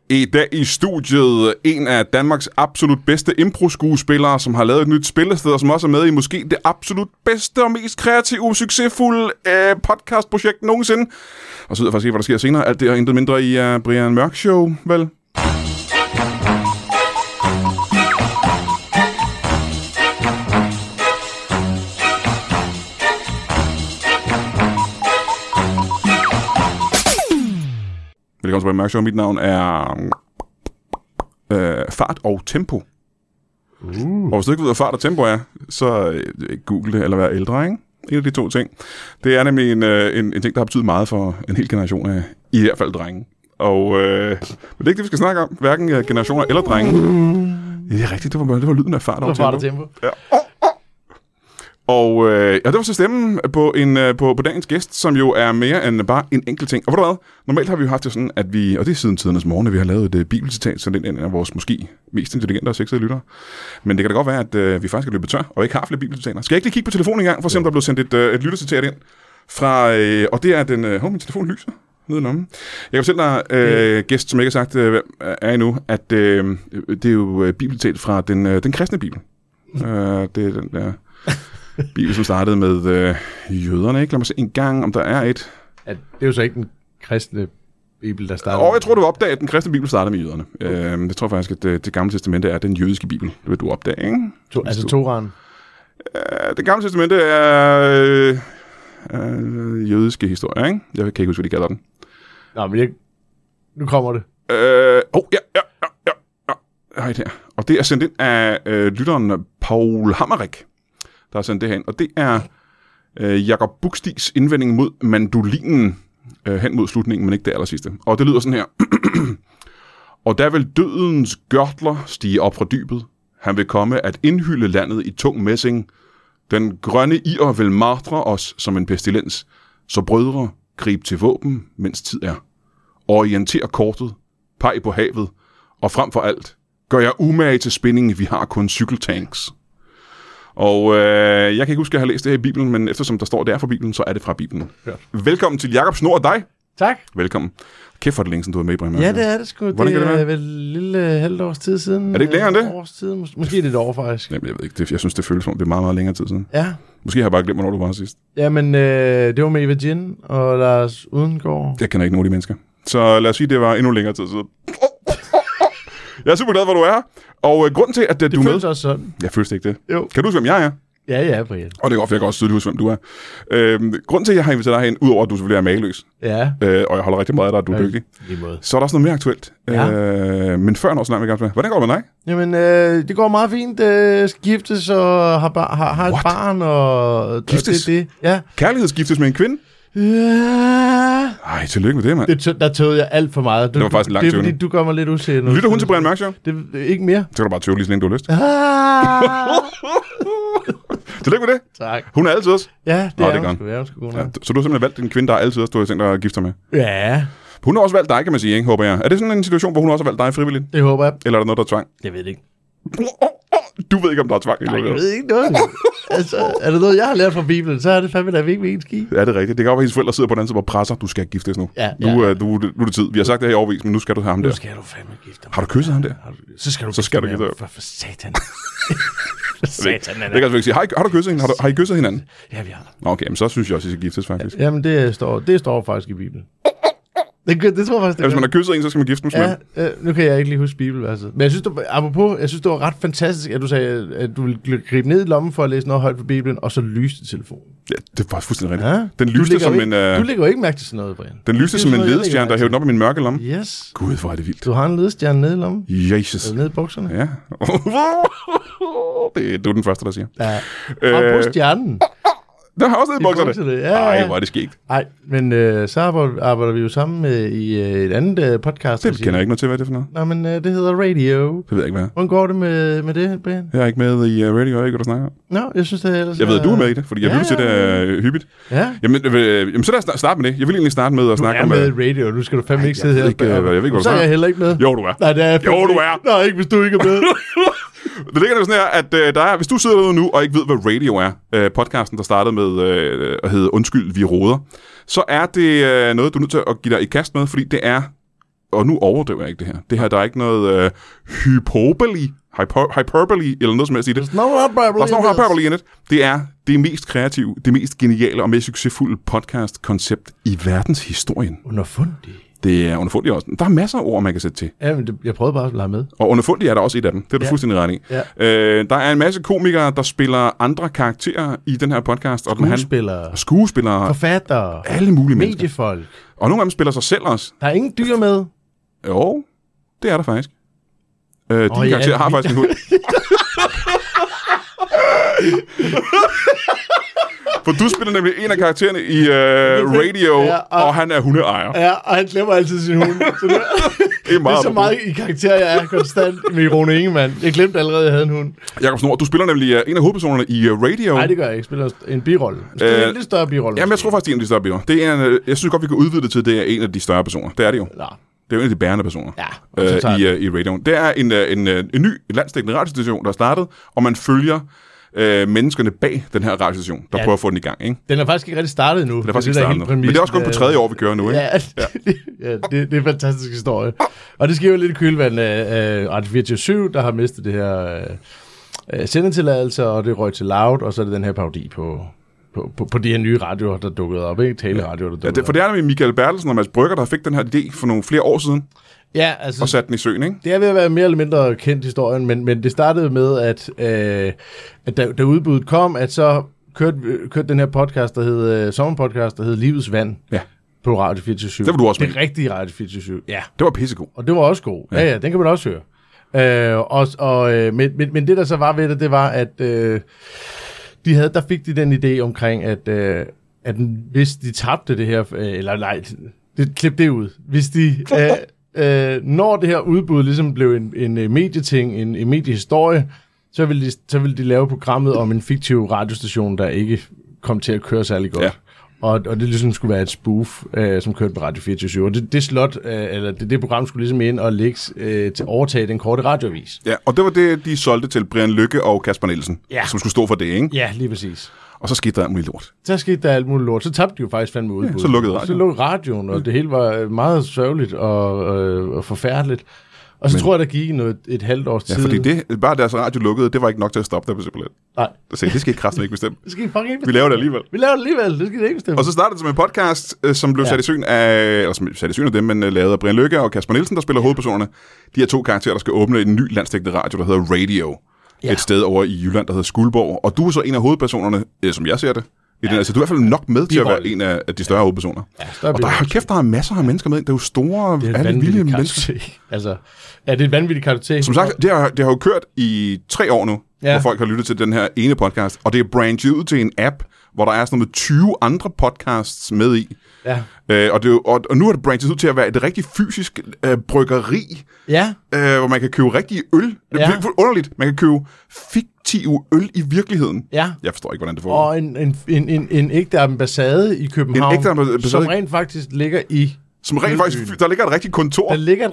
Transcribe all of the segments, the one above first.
I dag i studiet en af Danmarks absolut bedste impro-skuespillere, som har lavet et nyt spillested, og som også er med i måske det absolut bedste og mest kreative, succesfulde podcastprojekt nogensinde. Og så ved jeg faktisk ikke, hvad der sker senere. Alt det og intet mindre i Brian Mørk Show, vel? Velkommen til Brian Mørk Show. Mit navn er Fart og Tempo. Og hvis du ikke ved, hvad fart og tempo er, så google det, eller vær ældre, ikke? En af de to ting. Det er nemlig en ting, der har betydet meget for en hel generation af, i hvert fald drenge. Og men det er ikke det, vi skal snakke om. Hverken generationer eller drenge. Det er rigtigt, det var lyden af fart og tempo. Ja. Og det var så stemmen på dagens gæst, som jo er mere end bare en enkelt ting. Og ved du hvad? Normalt har vi jo haft det sådan, at vi, og det er siden tidernes morgen, at vi har lavet et bibelcitat, så det er en af vores måske mest intelligente og sexede lyttere. Men det kan da godt være, at vi faktisk er løbet tør, og ikke har flere bibelcitater. Skal jeg ikke lige kigge på telefonen en gang, for at se, om der er blevet sendt et lyttercitat ind? Fra, og det er den... min telefon lyser nedenom. Jeg kan fortælle dig, gæst, som jeg ikke har sagt, er endnu, at det er jo bibelcitat fra den kristne bibel. Det er den der... Bibel, som startede med jøderne, ikke? Lad mig se en gang, om der er et... Ja, det er jo så ikke den kristne bibel, der startede... Jeg tror, du opdager, at den kristne bibel startede med jøderne. Okay. Det tror faktisk, at det gamle testamente er den jødiske bibel. Det vil du opdage, ikke? Altså Toraen? Det gamle testamente er jødiske historier, ikke? Jeg kan ikke huske, hvad de kalder den. Nå, men nu kommer det. Ja. Her. Og det er sendt ind af lytteren Paul Hammerik, der har sendt det her ind. Og det er Jakob Bukstigs indvending mod mandolinen hen mod slutningen, men ikke det allersidste. Og det lyder sådan her. Og der vil dødens gørtler stige op fra dybet. Han vil komme at indhylde landet i tung messing. Den grønne ir vil martre os som en pestilens. Så brødre, grib til våben, mens tid er. Orienter kortet, peg på havet, og frem for alt, gør jeg umage til spænding, vi har kun cykeltanks. Og jeg kan ikke huske, at jeg har læst det her i Bibelen, men eftersom der står, det er fra Bibelen, så er det fra Bibelen. Ja. Velkommen til Jakob Snor og dig. Tak. Velkommen. Kæft for det længe, siden du er med i Brian. Ja, det er det sgu. Hvordan det er vel et lille halvt års tid siden. Er det ikke længere end det? Års tid. Måske lidt over, faktisk. Jamen, jeg ved ikke. Jeg synes, det føles som, det er meget, meget længere tid siden. Ja. Måske har jeg bare glemt, hvornår du var sidst. Jamen, det var med Eva Jin og Lars Udengård. Jeg kender ikke nogen af de mennesker. Så lad os sige, det var endnu længere tid siden. Jeg er super glad for, at du er her. Og grunden til, at du er med... Det føles også sådan. Jeg føles ikke det. Jo. Kan du huske, hvem jeg er? Ja, Brian. Og det er godt, for jeg kan også tydeligt huske, hvem du er. Grunden til, at jeg har inviteret dig herind, udover at du selvfølgelig er mageløs, ja. Og jeg holder rigtig meget af dig, at du er dygtig, så er der også noget mere aktuelt. Ja. Men før noget snart, hvordan går det med dig? Jamen, det går meget fint. Skal giftes og har et barn. Og giftes? Det. Ja. Kærlighedsgiftes med en kvinde? Ja. Ej, tillykke med det, mand. Der tøvede jeg alt for meget. Det var faktisk en lang tøvning. Det er fordi, du gør mig lidt usikker. Lytter hun til Brian Mørk Show? Det ikke mere. Så kan du bare tøve lige så længe, du har lyst. Tillykke med det. Tak. Hun er altid også? Ja, det er hun. Ja, så du har simpelthen valgt en kvinde, der er altid også, du har tænkt dig at gifte dig med? Ja. Hun har også valgt dig, kan man sige, ikke, håber jeg. Er det sådan en situation, hvor hun også har valgt dig frivilligt? Det håber jeg. Eller er der noget, der er tvang? Jeg ved det ikke. Du ved ikke, om der er tvang? Nej, jeg ved ikke noget. Altså, er det noget, jeg har lært fra Bibelen, så er det fandme, der er ikke en ski. Ja, det er rigtigt. Det kan godt være, at hendes forældre sidder på den anden side og presser. Du skal giftes nu. Ja, nu er det tid. Vi har sagt det her i overvis, men nu skal du have ham der. Nu skal du fandme gifte ham. Har du kysset ham der? Så skal du gifte ham. For satan. Det kan jeg ikke sige. Har du kysset hende? Har I kysset hinanden? Ja, vi har. Okay, men så synes jeg også, at I skal giftes faktisk. Jamen, det står faktisk i Bibelen. Det tror jeg faktisk, hvis man har kysset en, så skal man gifte dem. Ja, nu kan jeg ikke lige huske bibelverset. Men jeg synes, det var ret fantastisk, at du sagde, at du ville gribe ned i lommen for at læse noget højt på Bibelen, og så lyste telefonen. Ja, det var fuldstændig rigtigt. Ja? Den lyste som en... Du lægger jo ikke mærke til sådan noget, Brian. Den lyste som en ledestjerne, der hævde den op i min mørke lomme. Yes. Gud, hvor er det vildt. Du har en ledestjerne nede i lommen. Jesus. Eller nede i bukserne. Ja. Du er den første, der siger. Ja. På stjernen. Der har også lidt bukserne. Ej, hvor er det skægt. Nej, men så arbejder vi jo sammen med i et andet podcast. Det kender jeg ikke noget til, hvad det er for noget. Nej, men det hedder Radio. Det ved jeg ikke, hvad. Hvordan går det med det, Brian? Jeg er ikke med i Radio, jeg ved ikke, hvad du snakker om. Nå, jeg synes, det er ellers... Jeg ved, at du er med i det, fordi jeg lytter til det hyppigt. Ja. Jamen, så lad os starte med det. Jeg vil egentlig starte med at snakke om... Du er med i Radio, nu skal du fandme ikke sidde her. Jeg ved ikke, hvad du snakker. Så er jeg heller ikke med. Jo, du er. Nej, det er jeg. Jo, du er. Nej, ikke hvis du ikke er med. Det ligger sådan her, at der er, hvis du sidder derude nu og ikke ved, hvad Radio er, podcasten, der startede med at hedde Undskyld, vi råder, så er det noget, du er nødt til at give dig i kast med, fordi det er og nu overdriver jeg ikke det her. Det her, der er ikke noget hyperbole eller noget som helst i det. There's no hyperbole in it. Det er det mest kreative, det mest geniale og mest succesfulde podcast-koncept i verdenshistorien. Underfundig. Det er underfundig også. Der er masser af ord, man kan sætte til. Ja, men jeg prøvede bare at lade med. Og underfundig er der også et af dem. Det er du fuldstændig ret i. Ja. Der er en masse komikere, der spiller andre karakterer i den her podcast. Skuespillere. Forfattere. Alle mulige mennesker. Mediefolk. Og nogle af dem spiller sig selv også. Der er ingen dyr med. Jo, det er der faktisk. De karakterer har faktisk en hund. For du spiller nemlig en af karaktererne i Radio, og han er hundeejer. Ja, og han glemmer altid sin hund. Så det er så meget i karakter, jeg er konstant med Rune Ingemann. Jeg glemte allerede, at jeg havde en hund. Jakob Snor, du spiller nemlig en af hovedpersonerne i Radio. Nej, det gør jeg ikke. Jeg spiller en birolle. En lidt større birolle. Jamen, jeg tror faktisk, det er en af de større biroller. Det er jeg synes godt, vi kan udvide det til, det er en af de større personer. Det er det jo. Ja. Det er jo en af de bærende personer i radioen. Det er en ny landsdækkende radiostation, der er startet, og man følger menneskerne bag den her radiostation, der prøver at få den i gang. Ikke? Den er faktisk ikke rigtig startet endnu. Den er faktisk ikke startet endnu. Men det er også kun på 3. år, vi kører nu. Ikke? Det er en fantastisk historie. Og det sker jo lidt i kølvandet af Radio 24/7, der har mistet det her sendetilladelse, og det røg til Loud, og så er det den her parodi på de her nye radioer, der dukkede op, ikke? Taleradioer, der dukkede op. For det er nemlig Michael Bertelsen og Mads Brygger, der fik den her idé for nogle flere år siden. Ja, altså, og satte den i søen, ikke? Det er ved at være mere eller mindre kendt historien, men det startede med, at da udbuddet kom, at så kørte den her podcast, der hed sommerpodcast, der hed Livets Vand på Radio 24/7. Det var du også med. Det rigtige Radio 24/7, ja. Det var pissegod. Og det var også god. Ja, den kan man også høre. Men det, der så var ved det var, at der fik de den idé omkring, at hvis de tabte det her, eller nej, klip det ud. Hvis de... når det her udbud ligesom blev en medieting, en mediehistorie, så ville de lave programmet om en fiktiv radiostation, der ikke kom til at køre særlig godt. Ja. Og det ligesom skulle være et spoof, som kørte på Radio 24/7. Og det program skulle ligesom ind og overtage den korte radioavis. Ja, og det var det, de solgte til Brian Lykke og Kasper Nielsen, som skulle stå for det, ikke? Ja, lige præcis. Og så skete der alt muligt lort. Så tabte de jo faktisk fandme udbud. Så lukkede radioen, og det hele var meget sørgeligt og forfærdeligt. Og så tror jeg, der gik et halvt års tid. Ja, fordi bare deres radio lukkede, det var ikke nok til at stoppe der simpelthen. Nej. Så det skal ikke kraften ikke bestemme. Det skal I fucking ikke bestemme. Vi laver det alligevel. Det skal det ikke bestemme. Og så startede det som en podcast, som blev sat i søen af dem, men lavet af Brian Lykke og Kasper Nielsen, der spiller hovedpersonerne. De her 2 karakterer, der skal åbne en ny landsdækkende radio, der hedder Radio. Ja. Et sted over i Jylland, der hedder Skuldborg. Og du er så en af hovedpersonerne, som jeg ser det. Altså, du er i hvert fald nok med til at være en af de større hovedpersoner. Ja, og der er masser af mennesker med. Det er jo store, alle vilde mennesker. Altså, det er et vanvittigt kartotek. Som sagt, det har jo kørt i 3 år nu, hvor folk har lyttet til den her ene podcast. Og det er branchet ud til en app, hvor der er sådan noget med 20 andre podcasts med i. Ja. Og nu er det branchet ud til at være et rigtig fysisk bryggeri, hvor man kan købe rigtig øl. Det er underligt. Man kan købe fiktive øl i virkeligheden. Ja. Jeg forstår ikke, hvordan det foregår. Og en ægte ambassade i København, som rent faktisk ligger i... Der ligger et rigtigt kontor.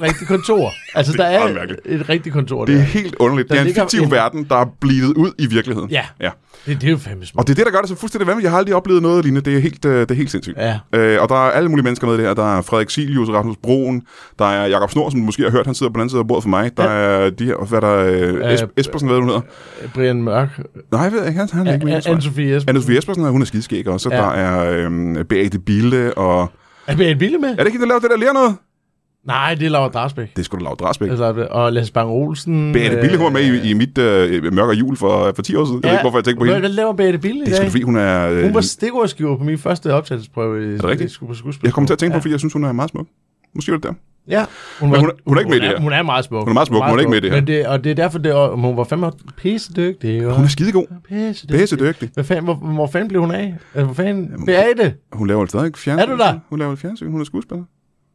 Altså, der er et rigtigt kontor. Det er helt underligt. Det er en fiktiv verden, der er blivet ud i virkeligheden. Ja. Det er jo fandme smukt. Og det er det, der gør det så fuldstændig vanvittigt. Jeg har aldrig oplevet noget lignende. Det er helt sindssygt. Ja. Og der er alle mulige mennesker med i det her. Der er Frederik Silius, Rasmus Broen. Der er Jakob Snor, som du måske har hørt. Han sidder på den anden side af bordet for mig. Der er de her... Hvad er der? Espersen, hvad hun hedder? Brian Mørk. Nej, jeg ved ikke. Han er ikke med. Anne-Sophie Espersen, hun er skidskæg også. Der er Beate Bille og... Er Beate Bille med? Er det ikke, der laver det der lærer noget? Nej, det er Laura Drasbæk. Det skulle da Laura Drasbæk. Og Lasse Bang Olsen. Beate Bille, hun var med i mit Mørke Jul for 10 år siden. Jeg ved ikke, hvorfor jeg tænkte på hende. Hvad laver Beate Bille i dag? Det er sgu fordi, hun er... Hun var stikordskiver på min første optagelsesprøve. Er det rigtigt? Jeg kommer til at tænke på, fordi jeg synes, hun er meget smuk. Måske er det der. Ja. Hun er ikke med i det her. Hun er meget smuk. Hun er ikke med i det her. Og det er derfor, hun var fandme pissedygtig. Hun er skidegod. Pissedygtig. Hvor fanden blev hun af? Hvor fanden? Beate? Hun laver stadig fjernsyn. Er du der? Hun laver fjernsyn. Hun er skuespiller.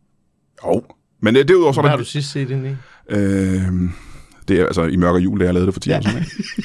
Jo. Men derudover så... Hvad har du sidst set ind i? Det er altså i Mørke Jul, det jeg lavede det for 10 år siden.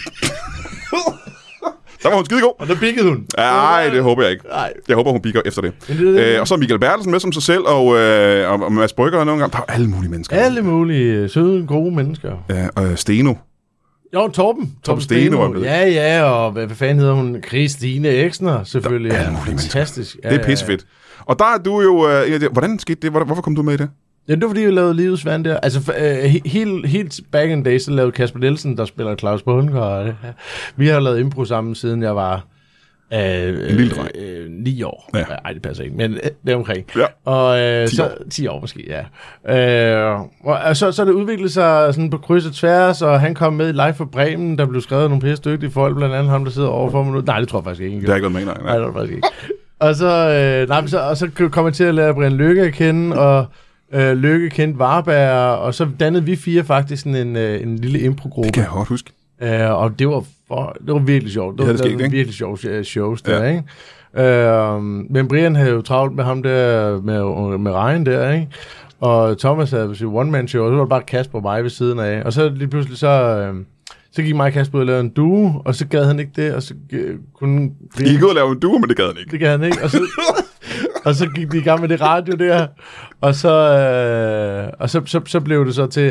Der var hun skidegod. Og der biggede hun. Nej, det håber jeg ikke. Nej. Jeg håber, hun bigger efter det. Og så er Michael Bertelsen med som sig selv, og Mads Brygger nogle gange. Der er alle mulige mennesker. Alle mulige søde, gode mennesker. Ja, og Steno. Jo, Torben Steno var med. Ja, og hvad fanden hedder hun? Christine Eksner, selvfølgelig. Der er alle mulige fantastisk. Det er pissefedt. Og der er du jo... Hvordan skete det? Hvorfor kom du med i det? Ja, det var fordi, vi lavede Livets Vand der. Altså, helt back in the days, så lavede Kasper Nielsen, der spiller Claus Bundgaard. Vi har lavet impro sammen, siden jeg var... en lille dreng. 9 år. Ja. Ej, det passer ikke, men det er omkring. Ja. Og 10 år måske, ja. Og så det udviklede sig sådan på kryds og tværs, og han kom med Live for Bremen, der blev skrevet nogle pisse dygtige folk, blandt andet ham, der sidder overfor mig nu. Nej, det tror jeg faktisk ikke. Det har ikke været med, nej, det var faktisk ikke. Og så kom jeg til at lære Brian Lykke at kende, og Lykke kendte Varberg, og så dannede vi 4 faktisk en lille impro-gruppe. Det kan jeg godt huske. Og det var virkelig sjovt. Det var virkelig sjovt shows der, ikke? Men Brian havde jo travlt med ham der, med Ryan der, ikke? Og Thomas havde sit one-man-show, og så var det bare Kasper og mig ved siden af. Og så lige pludselig så gik mig og Kasper ud og lavede en duo, og så gad han ikke det, og så kunne... I gik ud og lavede en duo, men det gad han ikke. Det gad han ikke, og så gik de i gang med det radio der, og så blev det så til,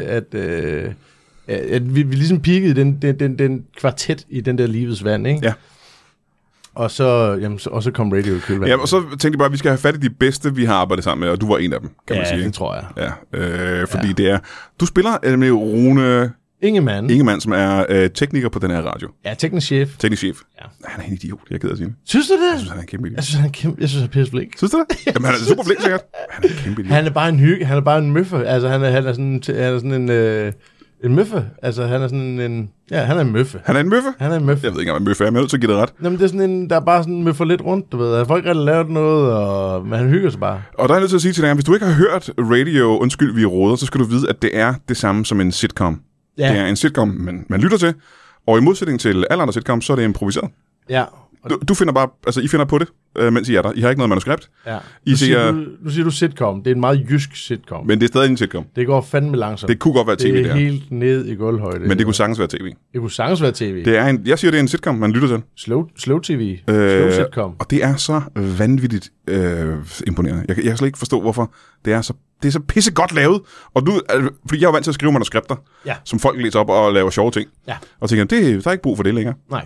at vi ligesom peakede den kvartet i den der Livets Vand, ikke? Ja. Og så kom radio i kølvandet. Ja, og så tænkte jeg bare, at vi skal have fat i de bedste, vi har arbejdet sammen med, og du var en af dem, kan man sige. Ja, det tror jeg. Ja, fordi det er... Du spiller med Rune... Ingemann, som er tekniker på den her radio. Ja, teknisk chef. Ja. Han er en idiot, jeg er ked af at sige det. Synes du det? Jeg synes, han er en kæmpe idiot. Jeg synes, han er pisse flink. Synes du det? Jamen, han er super flink, sikkert. Han er en kæmpe idiot. Han er bare en hygge. Han er bare en møffe. Altså, han er sådan en møffe. Altså, han er sådan en... Ja, han er en møffe. Han er en møffe? Han er en møffe. Jeg ved ikke, om en møffe er, men jeg er nødt til at give det ret. Jamen, det er sådan en, der er bare sådan møffer lidt rundt, du ved. Folk har lavet noget, men han hygger sig bare. Og der er nødt til at sige til dig, hvis du ikke har hørt radio, undskyld, vi råder, så skal du vide, at det er det samme som en sitcom. Ja. Det er en sitcom, man lytter til, og i modsætning til alle andre sitcoms, så er det improviseret. Ja. Du finder bare, altså I finder på det, mens I er der. I har ikke noget manuskript. Ja. Nu siger du sitcom. Det er en meget jysk sitcom. Men det er stadig en sitcom. Det går fandme langsomt. Det kunne godt være tv, det er helt ned i gulvhøjde. Men det kunne sagtens være tv. Det kunne sagtens være tv. Jeg siger, det er en sitcom, man lytter til. Slow tv. Slow sitcom. Og det er så vanvittigt imponerende. Jeg kan slet ikke forstå, hvorfor det er så pissegodt lavet. Og nu, fordi jeg er vant til at skrive manuskripter, som folk læser op og laver sjove ting. Ja. Og tænker, der er ikke brug for det længere. Nej.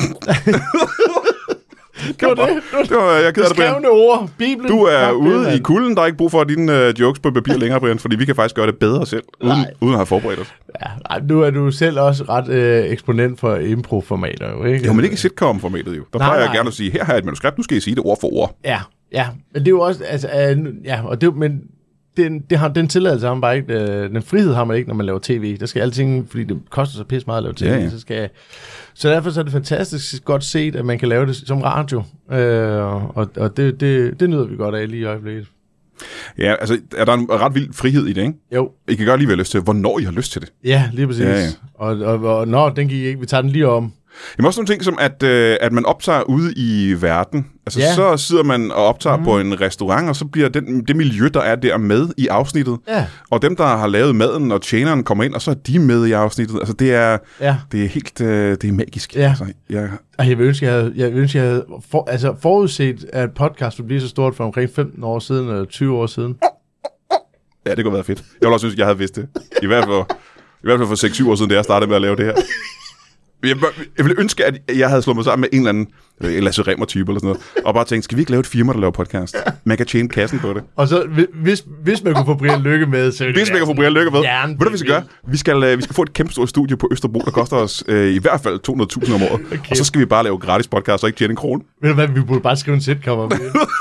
Det var jeg keder dig, Brian. Skrevne ord, Bibelen. Du er ude i kulden, der er ikke brug for dine jokes på papir længere, Brian, fordi vi kan faktisk gøre det bedre selv, uden at have forberedt os. Ja, nu er du selv også ret eksponent for impro-formater, jo, ikke? Jo, men ikke i sitcom-formatet, jo. Der plejer jeg gerne at sige, her er et manuskript, nu skal I sige det ord for ord. Ja, men det er jo også, altså, og det, men den tilladelse har man bare ikke, den frihed har man ikke, når man laver tv. Der skal alting, fordi det koster så pisse meget at lave tv, så derfor så er det fantastisk godt set, at man kan lave det som radio, og det nyder vi godt af lige i øjeblikket. Ja, altså, er der en ret vild frihed i det, ikke? Jo. I kan gøre lige, hvad I har lyst til. Hvornår I har lyst til det. Ja, lige præcis. Ja. Og den gik ikke. Vi tager den lige om. Jamen også nogle ting som, at man optager ude i verden. Altså, så sidder man og optager på en restaurant, og så bliver det miljø, der er der med i afsnittet. Ja. Og dem, der har lavet maden, og tjeneren kommer ind, og så er de med i afsnittet. Altså, det er helt det er magisk. Ja. Altså, jeg vil ønske, jeg havde forudset, at podcast ville blive så stort for omkring 15 år siden, eller 20 år siden. Ja, det kunne være fedt. Jeg ville også synes, at jeg havde vidst det. I hvert fald for 6-7 år siden, da jeg startede med at lave det her. Jeg ville ønske, at jeg havde slået mig sammen med en eller anden Lasse Remmer-type eller sådan noget, og bare tænkt, skal vi ikke lave et firma, der laver podcast? Man kan tjene kassen på det. Og så, hvis man kunne få Brian Lykke med, så hvis man kan få Brian Lykke med, ved du, hvad vi skal gøre? Vi skal få et kæmpe stort studie på Østerbro, der koster os i hvert fald 200.000 om året. Okay. Og så skal vi bare lave gratis podcast, og ikke tjene en krone. Ved du hvad, vi burde bare skrive en sitcom om det.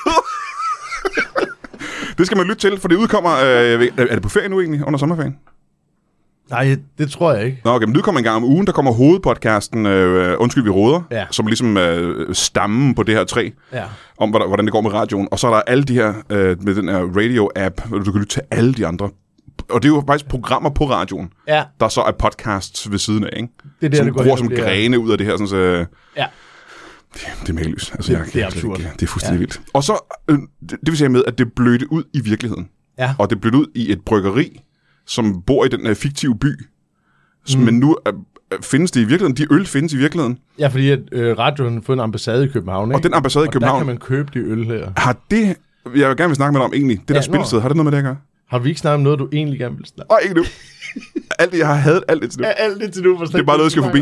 Det skal man lytte til, for det udkommer... er det på ferie nu egentlig, under sommerferien? Nej, det tror jeg ikke. Nå, okay, men det kommer en gang om ugen, der kommer hovedpodcasten, Undskyld, vi råder, som ligesom stammen på det her træ, om hvordan det går med radioen. Og så er der alle de her, med den her radio-app, hvor du kan lytte til alle de andre. Og det er jo faktisk programmer på radioen, der så er podcasts ved siden af, ikke? Det er det, som det gror som grene ud af det her, sådan så... Ja. Det er mageløst. Altså, det er absurd. Det er fuldstændig vildt. Og så, det vil sige med, at det blødte ud i virkeligheden. Ja. Og det blødte ud i et bryggeri, som bor i den fiktive by. Men nu findes det i virkeligheden. De øl findes i virkeligheden. Ja, fordi at radioen har fået en ambassade i København, ikke? Og den ambassade i København... der kan man købe de øl her. Har det... Jeg vil gerne vil snakke med dig om egentlig. Det der spilsted, har det noget med det at gøre? Har vi ikke snakket om noget, du egentlig gerne vil snakke? Ikke nu. Alt det, jeg har hadet alt det til nu. Alt det til nu. Det er bare noget, jeg skal forbi.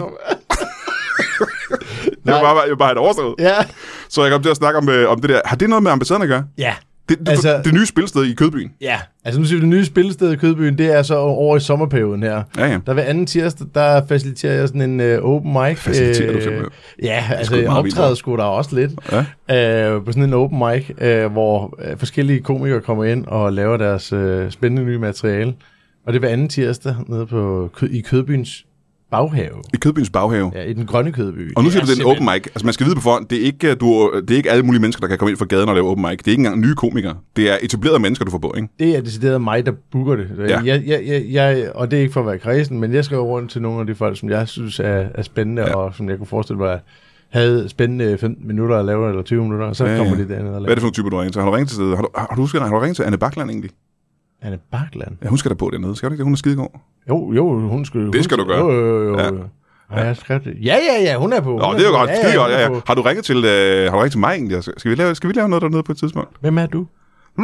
Jeg vil bare have det overstået. Ja. Så jeg kom til at snakke om det der. Har det noget med ambassaden at gøre? Ja. Det nye spilsted i Kødbyen. Ja, altså nu siger vi, det nye spillested i Kødbyen, det er så over i sommerperioden her. Ja. Der ved anden tirsdag, der faciliterer jeg sådan en open mic. Faciliterer du simpelthen? Ja, altså optræder sgu der også lidt. Ja. På sådan en open mic, hvor forskellige komikere kommer ind og laver deres spændende nye materiale. Og det er ved anden tirsdag nede i Kødbyens baghave. I Kødbyens baghave? Ja, i den grønne Kødby. Og nu siger du, det er en open mic. Altså man skal vide på forhånd, det er ikke alle mulige mennesker, der kan komme ind fra gaden og lave open mic. Det er ikke engang nye komikere. Det er etablerede mennesker, du får på, ikke? Det er decideret mig, der booker det. Jeg, og det er ikke for at være kredsen, men jeg skal jo rundt til nogle af de folk, som jeg synes er spændende, og som jeg kunne forestille mig, havde spændende 15 minutter at lave, eller 20 minutter, og så kommer de dernede og laver. Hvad er det for nogle typer, du har ringet til? Har du ringet til har du ringet til Anne Bakland egentlig? Anne Bakland? Ja, hun skal der på dernede. Skal du ikke det? Hun er skidegod. Jo, hun skal... Det skal du gøre. Jo. Ja. Har jeg skrevet det? Ja, hun er på. Nå, det er jo godt. Skide godt, ja. Har du ringet til mig egentlig? Skal vi lave noget dernede på et tidspunkt? Hvem er du?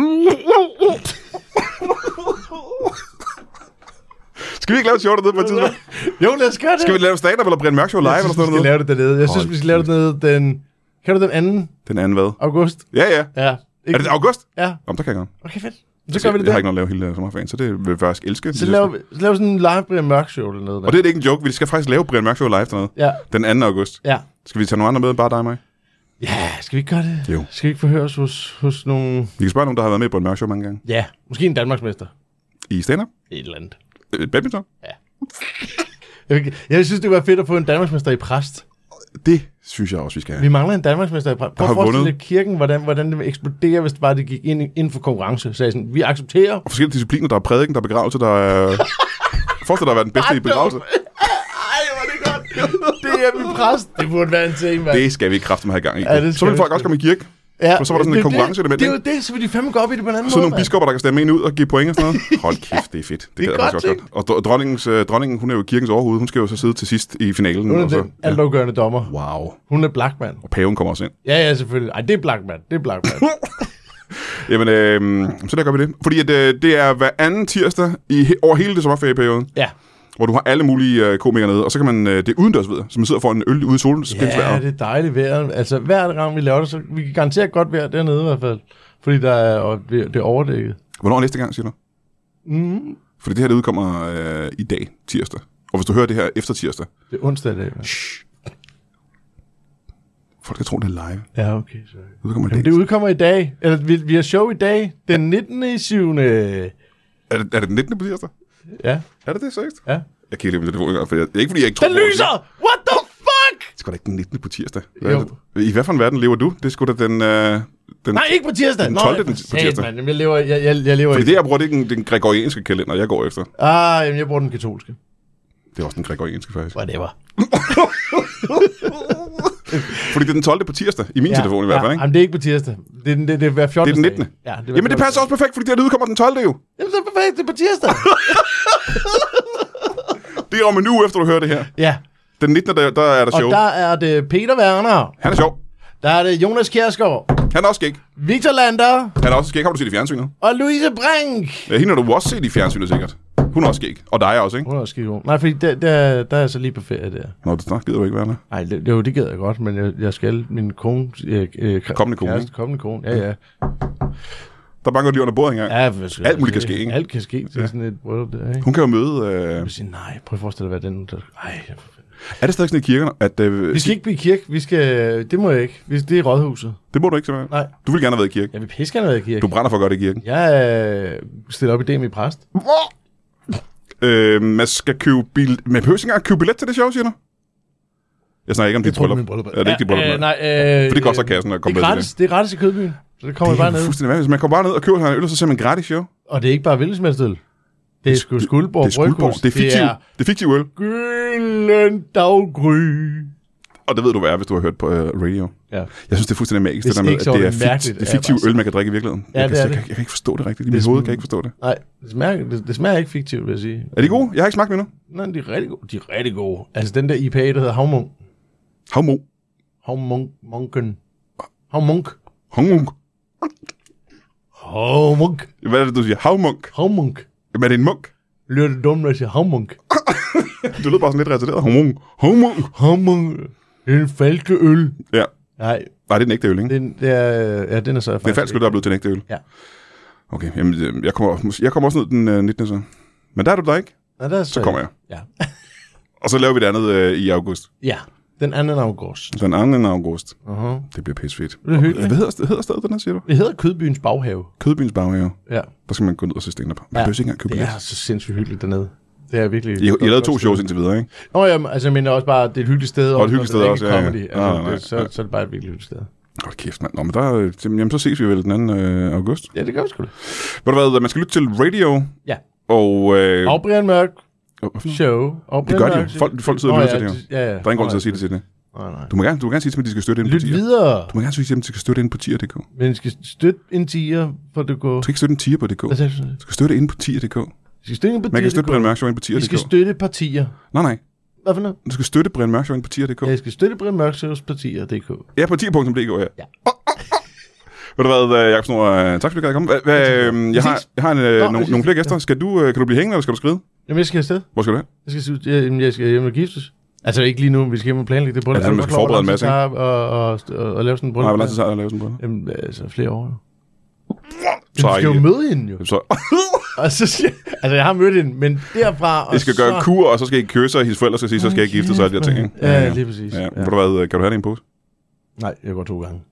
Skal vi ikke lave et show dernede på et tidspunkt? Jo, lad os gøre det. Skal vi lave stand-up eller Brian Mørk Show live? Jeg synes, vi skal lave det dernede. Jeg synes, vi skal lave det dernede den... Kan du den anden? Den anden hvad? August. Ja. Er det august? Ja. Om der kan jeg godt. Okay, fedt. Så gør vi det. Jeg har ikke noget at lave hele sommerferien, så det vil jeg faktisk elske. Så laver sådan en live Brian Mørk Show dernede. Og det er ikke en joke. Vi skal faktisk lave Brian Mørk Show live dernede. Ja. Den 2. august. Ja. Skal vi tage nogle andre med end bare dig og mig? Ja, skal vi ikke gøre det? Jo. Skal vi ikke forhøre os hos nogle... Vi kan spørge nogen, der har været med på en Mørk Show mange gange. Ja, måske en Danmarksmester. I stand-up? Et eller andet. Badminton? Ja. Jeg synes, det var fedt at få en Danmarksmester i præst. Det synes jeg også, vi skal have. Vi mangler en Danmarksmester i præst. Prøv at forestille dig kirken, hvordan det vil eksplodere, hvis det bare det gik ind for konkurrence. Så sådan, vi accepterer... Og forskellige discipliner, der er prædiken, der er begravelse, der er... Forestil dig at være den bedste i begravelse. Ej, hvor er det godt. Det er min præst. Det burde være en ting, mand. Det skal vi kraftigt have gang i. Ja, så vil folk også komme i kirke. Ja, så var der sådan en konkurrence element. Det er jo det, så vil de fandme gå op i det på en anden måde. Så nogle man. biskopper, der kan stemme en ud og give point og sådan noget. Hold kæft, det er fedt. Det er godt, også godt. Og dronningen, hun er jo kirkens overhoved. Hun skal jo så sidde til sidst i finalen. Hun er den altafgørende dommer. Wow. Hun er Blackman. Og paven kommer også ind. Ja, selvfølgelig. Ej, det er Blackman. Jamen, så der gør vi det. Fordi at, det er hver anden tirsdag over hele det sommerferieperioden. Ja. Hvor du har alle mulige komikere nede, og så kan man, det er udendørs ved, så man sidder for en øl ude i solen. Ja, det er dejligt vejr. Altså, hver gang vi laver det, så vi kan garantere godt vejr dernede i hvert fald. Fordi det er overdækket. Hvornår næste gang, siger du? Fordi det her, det udkommer i dag, tirsdag. Og hvis du hører det her efter tirsdag... Det er onsdag i dag. Folk kan tro, det er live. Ja, okay. Det udkommer i dag. Eller vi har show i dag, den 19. i 7. Er det den 19. på tirsdag? Ja. Er det seriøst? Ja. Jeg kan ikke lide min telefon engang, for det er ikke fordi, jeg ikke tror... Den lyser! What the fuck? Det er sgu da ikke den 19. på tirsdag. I hvad for en verden lever du? Det er sgu da den... Nej, ikke på tirsdag. Den 12. på tirsdag. Man, jeg lever fordi det, jeg bruger, det er den gregorianske kalender, jeg går efter. Jamen, jeg bruger den katolske. Det er også den gregorianske, faktisk. Whatever. Fordi det er den 12. på tirsdag, i min telefon i hvert fald, ikke? Jamen, det er ikke på tirsdag. Det er hver 14. Det er den 19. Ja, jamen, det passer også perfekt, fordi det udkommer den 12. jo. Jamen, det er perfekt. Det er på tirsdag. Det er om en uge efter, du hører det her. Ja. Den 19. der er der show. Og der er det Peter Werner. Han er sjov. Der er det Jonas Kjærsgaard. Han er også skæg. Victor Lander. Han er også skæg. Har du set i fjernsynet? Og Louise Brink. Ja, hende har du også set i fjernsynet, sikkert. Hun er også skæg. Og dig også, ikke? Hun er også skæg. Nej, fordi der er jeg så lige på ferie der. Nå, det gider du ikke være der. Nej, det gider jeg godt, men jeg skal min kone... kommende kone. Kommende kone, ja. Der banker lige under bordet engang. Ja, alt muligt kan ske, ikke? Alt kan ske til sådan et bryllup der, ikke? Hun kan jo møde... Jeg vil sige, nej, prøv at forestille dig, hvad den... Ej, er det stadig sådan i kirkerne, at... vi skal ikke blive i kirke. Vi skal... Det må jeg ikke. Det er rådhuset. Det må du ikke, simpelthen? Nej. Du vil gerne have været i kirke? Jeg vil pisse gerne have været i kirke. Du brænder for at gøre det i kirken? Jeg stiller op i det med præst. Man skal købe man behøver ikke engang købe billet til det show, siger du? Jeg snakker ikke om dit bryllup. Ja, det er ikke dit bryllup. Nej, for det koster kassen at komme med det er gratis i Kødbyen. Så det kommer bare ned. Fuldstændig vanvittigt. Man kommer bare ned og køber sig en øl, og så ser man gratis show. Og det er ikke bare hvildsmælsøl. Det er sgu Skuldborg Bryghus. Det er fiktiv øl. Gylden daggry. Og det ved du hvad er, hvis du har hørt på radio. Ja. Jeg synes, det er fuldstændig magisk, det der med, at det er fiktiv øl, man kan drikke i virkeligheden. Ja, jeg kan ikke forstå det rigtigt. I mit hoved kan jeg ikke forstå det. Nej, det smager ikke fiktivt, vil jeg sige. Er de gode? Jeg har ikke smagt med endnu. Nej, de er rigtig gode. De er rigtig gode. Altså den der IPA, der hedder Havmunk. Havmunk. Hvad er det, du siger? Havmunk? Jamen, er det en munk? Lyder det dumt, når jeg siger havmunk? Du lyder bare sådan lidt retarderet. Havmunk. Det er en falkeøl. Ja. Nej. Nej, det er en ægte øl, ikke? Den er så Det er falsk øl, der er blevet til en ægte øl? Ja. Okay, jamen, jeg kommer også ned den 19. så. Men der er du der ikke? Ja, så kommer jeg. Ja. Og så laver vi det andet i august. Ja, den 2. august. Den 2. august. Uh-huh. Det bliver pisfedt. Det er hyggeligt. Hvad hedder stedet, den her, siger du? Det hedder Kødbyens Baghave. Kødbyens Baghave. Ja. Der skal man gå ned og se stand-up. Man behøver ikke engang købe det er så sindssygt hyggeligt dernede. Det er virkelig... I har lavet 2 shows indtil videre, ikke? Nå, altså, jeg mener også bare, det er et hyggeligt sted. Og et hyggeligt sted også, ja. Comedy. Altså, så er det bare et virkelig hyggeligt sted. Hold kæft, mand. Nå, men jamen, så ses vi vel den 2. august. Ja, det gør vi sgu da. Ved du hvad, man skal lytte til radio. Ja. Og Brian Mørk show. Det gør de jo. Folk sidder og lytter til det her. Ja. Der er ingen grund til at sige det til det. Nej. Du må gerne sige til dem, at de skal støtte ind på tier. Lyt videre. Du må gerne sige til dem, at de skal støtte ind på tier.dk. Men de skal støtte en tier på DK. Du skal ikke støtte en tier på DK. Du skal støtte ind på tier.dk. Man kan støtte Brian Mørk Show ind på tier.dk. Vi skal støtte partier. Nej. Hvad for noget? Du skal støtte Brian Mørk Show ind på tier.dk. Ja, jeg skal støtte Brian Mørk Shows partier.dk. Ja, på tier.dk, ja. Ja. Ved du hvad, Jakob Snor, tak fordi du gad komme. Jeg har nogle flere gæster. Kan du blive hængende, eller skal du skride? Jamen, jeg skal afsted. Hvor skal du hen? Jeg skal hjem og giftes. Altså ikke lige nu, vi skal hjem og planlægge det bryllup. Altså, man skal forberede en masse, ikke? Og lave sådan en bryllup. Nej, hvor lang tid tager det at lave sådan en bryllup? Jamen, altså flere år. Så du skal jo møde hende, jo. Så... og så skal, altså, jeg har mødt hende, men derfra... I skal gøre en kur, og så skal I kysse, og hendes forældre skal sige, så skal jeg gifte sig, og de her ting, ikke? Ja, lige præcis. Ja. Ved du hvad, kan du have det i en pose? Nej, jeg går 2 gange.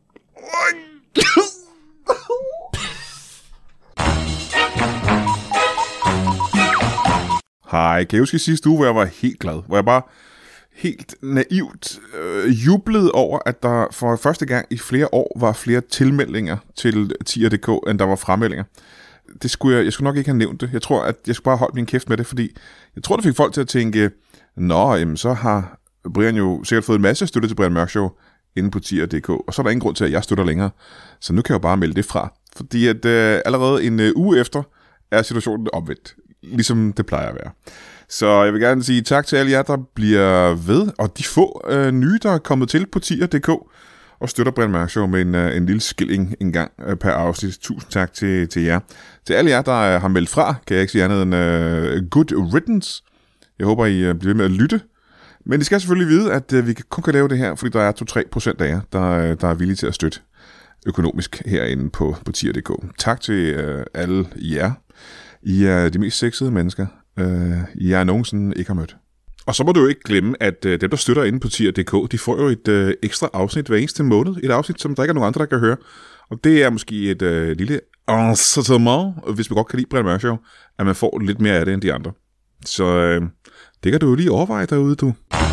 Hej, kan jeg huske sidste uge, hvor jeg var helt glad, hvor jeg bare helt naivt jublede over, at der for første gang i flere år var flere tilmeldinger til tier.dk, end der var fremmeldinger. Jeg skulle nok ikke have nævnt det. Jeg tror, at jeg skulle bare holde min kæft med det, fordi jeg tror, det fik folk til at tænke, jamen, så har Brian jo sikkert fået en masse støtte til Brian Mørk Show inde på tier.dk, og så er der ingen grund til, at jeg støtter længere. Så nu kan jeg jo bare melde det fra. Fordi at allerede en uge efter er situationen omvendt, ligesom det plejer at være. Så jeg vil gerne sige tak til alle jer, der bliver ved, og de få nye, der er kommet til på tier.dk og støtter Brian Mørk Show med en lille skilling en gang per afsnit. Tusind tak til jer. Til alle jer, der har meldt fra, kan jeg ikke sige andet end good riddance. Jeg håber, I bliver ved med at lytte. Men I skal selvfølgelig vide, at vi kun kan lave det her, fordi der er 2-3% af jer, der er villige til at støtte økonomisk herinde på tier.dk. Tak til alle jer. I er de mest sexede mennesker, jeg nogensinde ikke har mødt. Og så må du jo ikke glemme, at dem, der støtter inde på tier.dk, de får jo et ekstra afsnit hver eneste måned. Et afsnit, som der ikke er nogen andre, der kan høre. Og det er måske et lille enseignement, hvis man godt kan lide Brian Mørk Show, at man får lidt mere af det end de andre. Så det kan du jo lige overveje derude, du.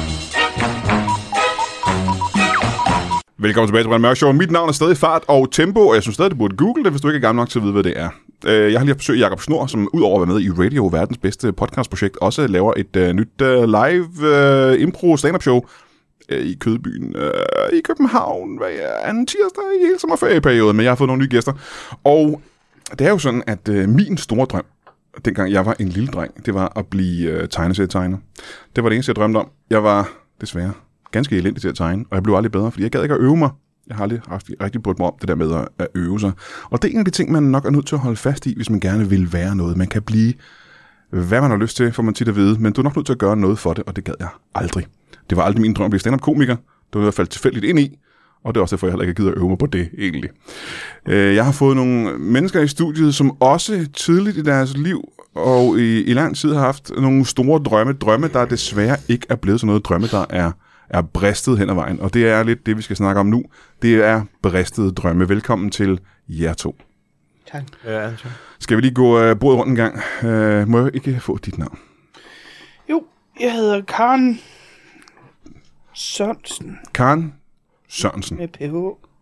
Velkommen tilbage til Brian Mørk Show. Mit navn er stadig Fart og Tempo, og jeg synes stadig, du burde google det, hvis du ikke er gammel nok til at vide, hvad det er. Jeg har lige besøgt Jakob Snor, som udover at være med i Radio, verdens bedste podcastprojekt, også laver et nyt live impro stand-up show i Kødbyen i København hver anden tirsdag i hele sommerferieperioden, men jeg har fået nogle nye gæster. Og det er jo sådan, at min store drøm, dengang jeg var en lille dreng, det var at blive tegneserietegner. Det var det eneste, jeg drømte om. Jeg var desværre ganske elendig til at tegne, og jeg blev aldrig bedre, fordi jeg gad ikke at øve mig. Jeg har aldrig rigtig brugt mig om det der med at øve sig. Og det er en af de ting, man nok er nødt til at holde fast i, hvis man gerne vil være noget. Man kan blive, hvad man har lyst til, får man tit at vide, men du er nok nødt til at gøre noget for det, og det gad jeg aldrig. Det var aldrig min drøm at blive stand-up-komiker. Det var noget, jeg faldt tilfældigt ind i, og det er også derfor, jeg heller ikke gider at øve mig på det, egentlig. Jeg har fået nogle mennesker i studiet, som også tidligt i deres liv og i lang tid har haft nogle store drømme, der desværre ikke er blevet sådan noget drømme, der er bristet hen ad vejen. Og det er lidt det, vi skal snakke om nu. Det er bristede drømme. Velkommen til jer to. Tak. Ja, skal vi lige gå bordet rundt en gang? Må jeg ikke få dit navn? Jo, jeg hedder Karen Sørensen. Karen Sørensen. Med PH.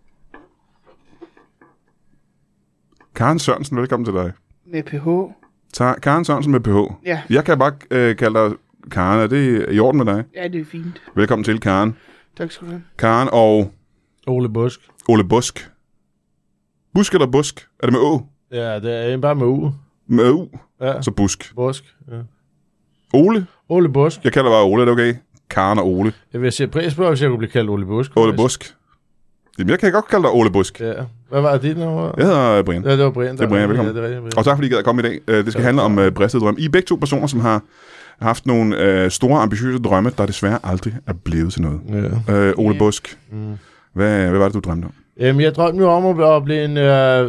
Karen Sørensen, velkommen til dig. Med PH. Karen Sørensen med PH. Ja. Jeg kan bare kalde dig Karen. Er det i orden med dig? Ja, det er fint. Velkommen til, Karen. Tak skal du have. Karen og... Ole Busk. Ole Busk. Busk eller Busk? Er det med Å? Ja, det er bare med U. Med U? Ja. Så Busk. Busk, ja. Ole? Ole Busk. Jeg kalder bare Ole, er det okay? Karen og Ole. Jeg vil sætte pris på, hvis jeg kunne blive kaldt Ole Busk. Ole Busk. Jamen, jeg kan godt kalde dig Ole Busk. Ja. Hvad var det nu? Jeg hedder Brian. Ja, det var Brian. Det er Brian, velkommen. Ja, det er rigtigt. Og tak fordi I gad at komme i dag. Det skal handle om bristede drømme. I er begge to personer, som har haft nogle store, ambitiøse drømme, der desværre aldrig er blevet til noget. Ja. Ole Busk. Hvad var det, du drømte om? Jeg drømte jo om at blive en...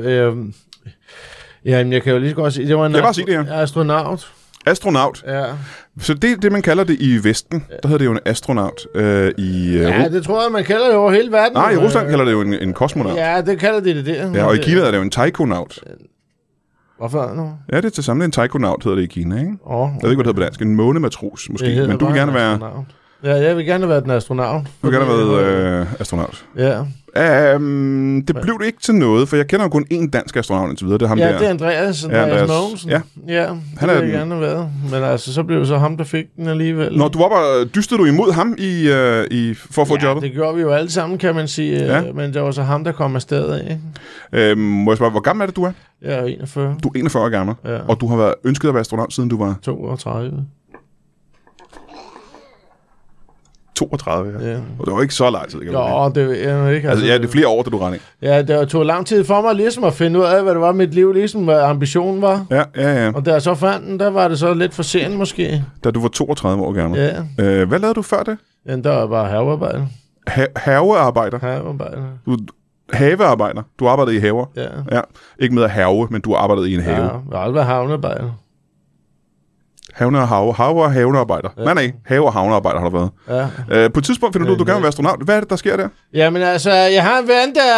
jamen, jeg kan jo lige så godt sige, det var en bare sige det, astronaut. Astronaut? Ja. Så det er det, man kalder det i Vesten. Der hedder det jo en astronaut. Ja, det tror jeg, man kalder det over hele verden. Nej, i Rusland kalder det jo en kosmonaut. Ja, det kalder det der. Ja, og i Kina er det jo en taikonaut. Hvorfor nu? Ja, det er til sammen en taikonaut, hedder det i Kina, ikke? Jeg ved ikke, hvad det hedder på dansk. En månematros, måske. Men du vil gerne være... Astronaut. Ja, jeg vil gerne være den astronaut. Du vil gerne være astronaut. Ja. Det blev det ikke til noget, for jeg kender jo kun én dansk astronaut indtil videre. Det er ham der. Det er Andreas Mogensen. Ja. Ja, det vil jeg gerne være. Men altså, så blev det så ham, der fik den alligevel. Når du var bare, dystede du imod ham for at få jobbet? Det gjorde vi jo alle sammen, kan man sige. Men det var så ham, der kom afsted af. Må jeg spørge, hvor gammel er det, du er? Jeg er 41. Du er 41 år gammel, og du har været ønsket at være astronaut, siden du var... 32. 32, ja. Og det var ikke så lang tid, kan jo, det er ikke. Altså, ja, det er flere år, det du regner i. Ja, det tog lang tid for mig ligesom at finde ud af, hvad det var, mit liv ligesom, hvad ambitionen var. Ja. Og da jeg så fandt den, der var det så lidt for sent måske. Da du var 32 år gammel? Ja. Hvad lavede du før det? Ja, der var bare havearbejder. Havearbejder? Havearbejder. Havearbejder? Du arbejdede i haver? Ja. Ikke med at have, men du arbejdede i en have? Ja, jeg har aldrig været havnearbejder. Havne og havnearbejder. Ja. Nej, have og havnearbejder har der været. Ja. På et tidspunkt finder du gerne vil være astronaut. Hvad er det, der sker der? Jamen altså, jeg har en ven, der...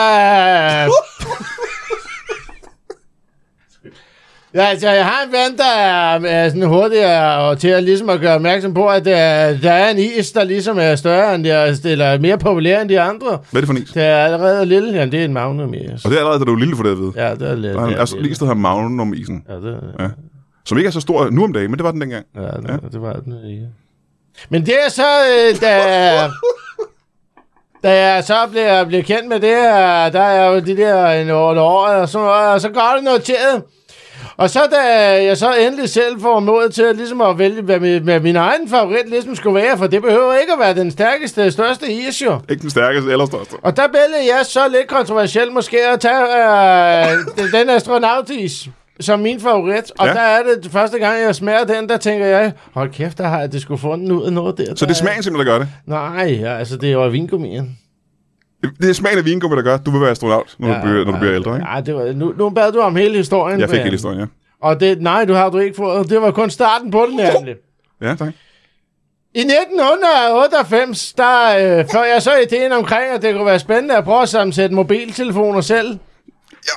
jeg har en ven, der er sådan hurtigere og til at, ligesom at gøre opmærksom på, at der er en is, der ligesom er større end eller mere populær end de andre. Hvad er det for en is? Det er allerede lille. Ja, det er en Magnum-is. Og det er allerede, da du er lille for det at vide? Ja, det er lidt. Der er lige stedet her Magnum-isen. Ja, det er... Ja. Som ikke er så stor nu om dagen, men det var den dengang. Ja, det var den ikke. Men det er så, da jeg så blev kendt med det, der er jo de der en år og sådan noget, og så går det noteret. Og så da jeg så endelig selv får mod til ligesom at vælge, hvad min egen favorit ligesom skulle være, for det behøver ikke at være den stærkeste, største is jo. Ikke den stærkeste eller største. Og der vælger jeg så lidt kontroversielt måske at tage den astronautis som min favorit. Og der er det første gang, jeg smager den, der tænker jeg, hold kæft, der har jeg det skulle fundet ud af noget der. Så det er smagen simpelthen, der gør det? Nej, altså det er jo vingummien. Det er smagen af vingummi, der gør, du vil være astronaut, når du bliver ældre, ikke? Ja, det var, nu bad du om hele historien. Jeg fik hele historien, ja. Og det, nej, du ikke fået. Det var kun starten på den, nemlig. Ja, tak. I 1998, der får jeg så ideen omkring, at det kunne være spændende at prøve at sammensætte mobiltelefoner selv. Ja.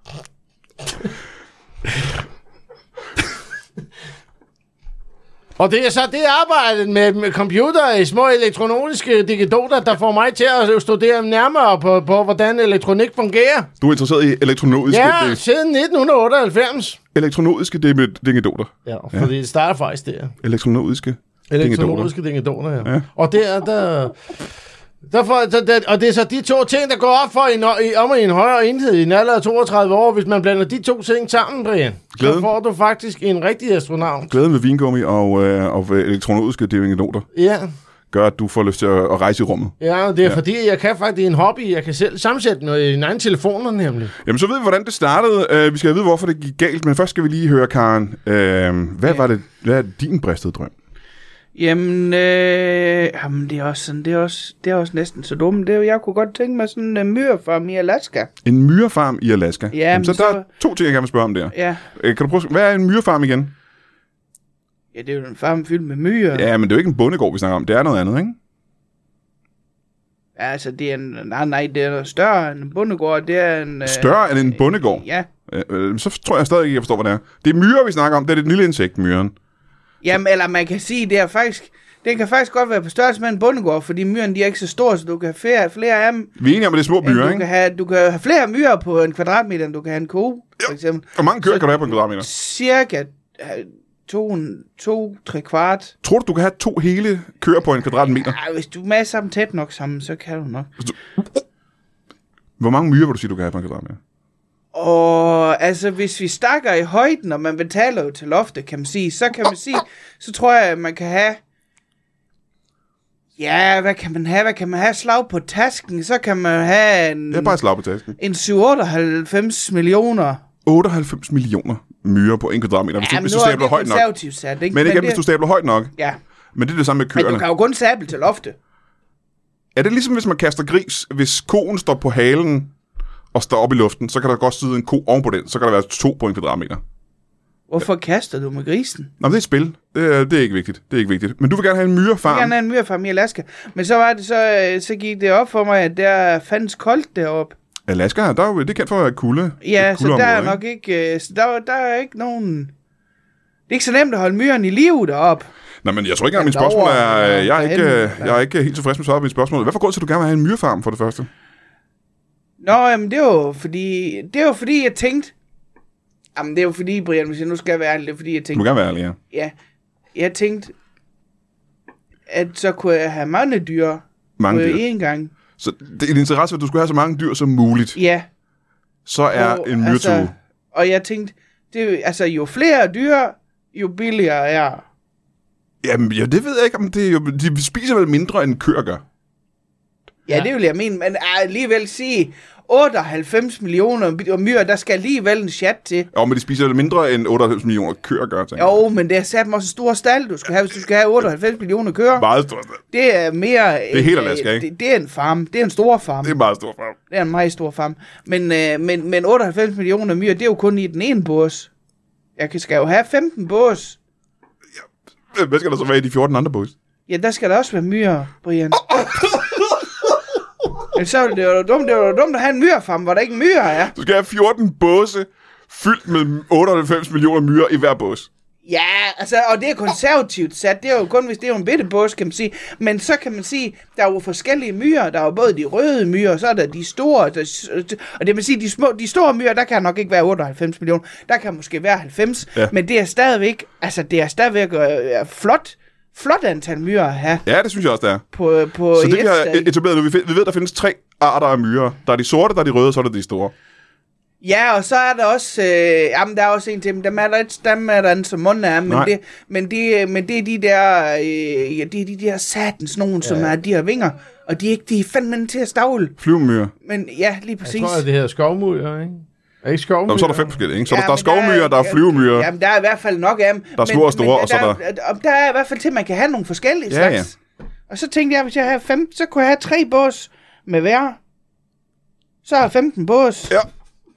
Og det er så det arbejde med computer i små elektroniske digidoter, der får mig til at studere nærmere på hvordan elektronik fungerer. Du er interesseret i elektroniske... Ja, siden 1998. Elektroniske dingedoter. Ja, fordi det starter faktisk der. Elektroniske dingedoter, ja. Og og det er så de to ting, der går op for i en højere enhed i en alder af 32 år. Hvis man blander de to ting sammen, Brian, så får du faktisk en rigtig astronaut. Glæden ved vingummi og elektroniske dingedoter. Ja. Gør, at du får lyst til at rejse i rummet. Ja, det er fordi, jeg kan faktisk en hobby. Jeg kan selv sammensætte noget i en egen telefoner, nemlig. Jamen, så ved vi, hvordan det startede. Vi skal vide, hvorfor det gik galt. Men først skal vi lige høre, Karen. Hvad er din bristede drøm? Jamen, det er også sådan, det er også næsten så dumt. Jeg kunne godt tænke mig sådan en myrfarm i Alaska. En myrfarm i Alaska? Ja, jamen, så der er to ting, jeg gerne vil spørge om der. Ja. Kan du prøve, hvad er en myrfarm igen? Ja, det er jo en farm fyldt med myrer. Ja, men det er jo ikke en bondegård, vi snakker om. Det er noget andet, ikke? Ja, altså, det er det er noget større end en bondegård. Det er en... Større end en bondegård? Ja. Så tror jeg stadig ikke, jeg forstår, hvad det er. Det er myrer, vi snakker om. Det er det lille insekt, myren. Jamen, eller man kan sige, den kan faktisk godt være på størrelse med en bondegård, fordi myren, de er ikke så store, så du kan have flere af dem. Vi er enige om, at det er små myrer, ikke? Du kan have flere myrer på en kvadratmeter, end du kan have en ko, for eksempel. Hvor mange køer kan du have på en kvadratmeter? Cirka 2-3 kvart. Tror du kan have 2 hele køer på en kvadratmeter? Ja, hvis du masser dem tæt nok sammen, så kan du nok. Hvor mange myrer vil du sige, du kan have på en kvadratmeter? Og altså, hvis vi stakker i højden, og man betaler jo til loftet, kan man sige, så tror jeg, at man kan have... Ja, hvad kan man have? Hvad kan man have? Slag på tasken, så kan man have en... Det er bare slag på tasken. En 98 millioner. 98 millioner myrer på en kvadratmeter, hvis du stabler højt nok. Sat, ikke? Men igen, hvis du stabler højt nok. Ja. Men det er det samme med køerne. Men du kan jo kun sable til loftet. Er det ligesom, hvis man kaster gris? Hvis koen står på halen og står op i luften, så kan der godt sidde en ko ovenpå den. Så kan der være 2 på en kvadratmeter. Hvorfor kaster du med grisen? Nå, det er et spil. Det er ikke vigtigt. Det er ikke vigtigt. Men du vil gerne have en myrefarm. Jeg vil gerne have en myrefarm i Alaska. Men så var det så gik det op for mig, at der fandtes koldt deroppe. Alaska, det er kendt for at være kulde. Ja, så der er nok ikke... der er ikke nogen... Det er ikke så nemt at holde myren i live deroppe. Nej, men jeg tror ikke engang, mit spørgsmål er... Jeg er ikke helt tilfreds med svaret på mit spørgsmål. Hvorfor går det til, at du gerne vil have en myrefarm for det første? Nå, jamen det var fordi, jeg tænkte... Jamen det er jo fordi, Brian, hvis jeg nu skal være ærlig, det er fordi, jeg tænkte... Du må gerne være ærlig, ja. Ja, jeg tænkte, at så kunne jeg have mange dyr. Mange dyr. En gang. Så det er en interesse, at du skulle have så mange dyr som muligt. Ja. Så er en myretue. Altså, og jeg tænkte, jo flere dyr, jo billigere er. Jamen, ja, det ved jeg ikke, om det er jo... De spiser vel mindre, end køer gør. Ja, det vil jeg mene, men alligevel sige... 98 millioner myr, der skal alligevel en chat til. Jo, men de spiser mindre end 98 millioner køer gør, tænker jeg. Jo, men det er sat mig så stor stald, du skal have, hvis du skal have 98 millioner køer. Meget stor stald. Det er mere... Det er helt Alaska, ikke? Det er en farm. Det er en stor farm. Det er en meget stor farm. Det er en meget stor farm. Men 98 millioner myr, det er jo kun i den ene bås. Jeg skal jo have 15 bås. Ja. Hvad skal der så være i de 14 andre bås? Ja, der skal der også være myr, Brian. Så det var dumt at have en myrfarm, hvor der ikke myrer er. Du skal have 14 båse fyldt med 98 millioner myrer i hver bås. Ja, altså, og det er konservativt sat. Det er jo kun, hvis det er jo en bitte bås, kan man sige. Men så kan man sige, der er jo forskellige myrer. Der er jo både de røde myrer, og så er der de store. Og det vil sige, de store myrer, der kan nok ikke være 98 millioner. Der kan måske være 90. Ja. Men det er stadigvæk, flot antal myrer at have. Ja, det synes jeg også, det er. På så det vi har etableret nu, vi ved, der findes 3 arter af myrer. Der er de sorte, der er de røde, og så er der de store. Ja, og så er der også, der er også en til dem, dem er der ikke så munde af, men det er de der, det er de der satans nogen, som er de her vinger, og de er fandme til at stavle. Flyvemyrer. Men ja, lige præcis. Jeg tror, det hedder skovmyrer, ikke? Er ikke skovmyrer? Nå, så er der 5 forskellige, ikke? Så der er skovmyrer, der er flyvemyrer. Jamen, der er i hvert fald nok af dem. Der er små og store, og så der er i hvert fald til, at man kan have nogle forskellige slags. Ja. Og så tænkte jeg, hvis jeg havde 5, så kunne jeg have 3 bås med hver. Så er 15 bås. Ja.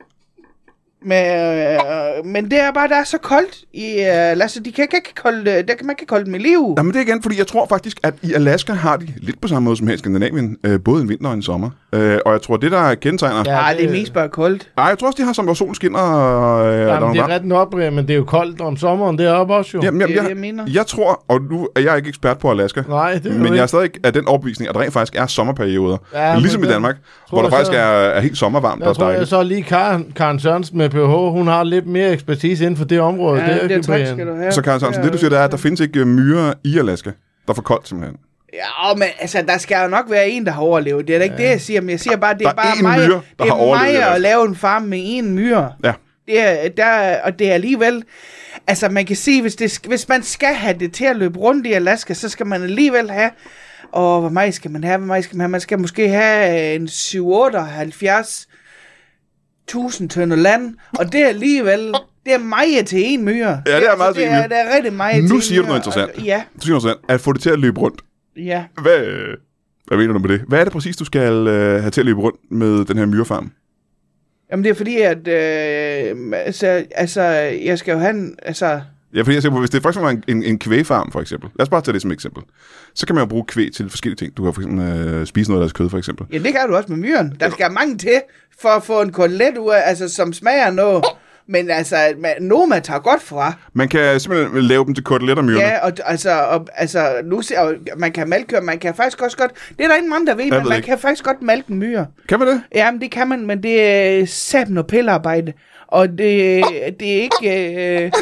Men det er bare, der er så koldt i Alaska. Man kan kolde dem i liv. Jamen det er igen, fordi jeg tror faktisk, at i Alaska har de lidt på samme måde som her i Skandinavien, både en vinter og en sommer. Og jeg tror, det der kendetegner... Ja, det er mest bare koldt. Nej, jeg tror også, de har som, hvor solen skinner. Jamen, det er ret nok, men det er jo koldt om sommeren deroppe også jo. Jamen, jeg tror, og nu er jeg ikke ekspert på Alaska, nej, det men jeg er stadig af den overbevisning, at der rent faktisk er sommerperioder. Ja, ligesom i Danmark, hvor der faktisk er helt sommervarmt og dejligt. Jeg tror lige Karen Sørensen med PH, hun har lidt mere ekspertise inden for det område. Ja, det tak skal du have. Så Karen Sørensen, det du siger, det er, at der findes ikke myrer i Alaska. Der er for koldt simpelthen. Ja, men altså, der skal jo nok være en, der har overlevet. Det er da ikke det, jeg siger, men jeg siger bare, det er bare mig, myre, det er mig at lave en farm med en myre. Ja. Og det er alligevel... Altså, man kan sige, hvis man skal have det til at løbe rundt i Alaska, så skal man alligevel have... Og hvor meget skal man have? Man skal måske have en 7-78.000 tønder land, og det er alligevel... Det er meget til en myre. Ja, det er meget til en myre. Det er rigtig meget til en myre. Nu siger du noget interessant. Ja. Du siger noget interessant. At få det til at løbe rundt. Ja. Hvad mener du med det? Hvad er det præcis, du skal have til at løbe rundt med den her myrefarm? Jamen, det er fordi, at... jeg skal jo have en... Ja, fordi jeg siger, hvis det for eksempel er en kvægfarm, for eksempel. Lad os bare tage det som eksempel. Så kan man jo bruge kvæg til forskellige ting. Du kan for eksempel spise noget af deres kød, for eksempel. Ja, det kan du også med myren. Der skal mange til, for at få en kotelet ud af, som smager noget. Men altså, Noma tager godt fra. Man kan simpelthen lave dem til koteletter, myrerne. Ja, nu man kan malke, man kan faktisk også godt... Det er der ingen andre, der ved, men man kan faktisk godt malke en myre. Kan man det? Ja, men det kan man, men det er sat noget pillearbejde. Og det er ikke...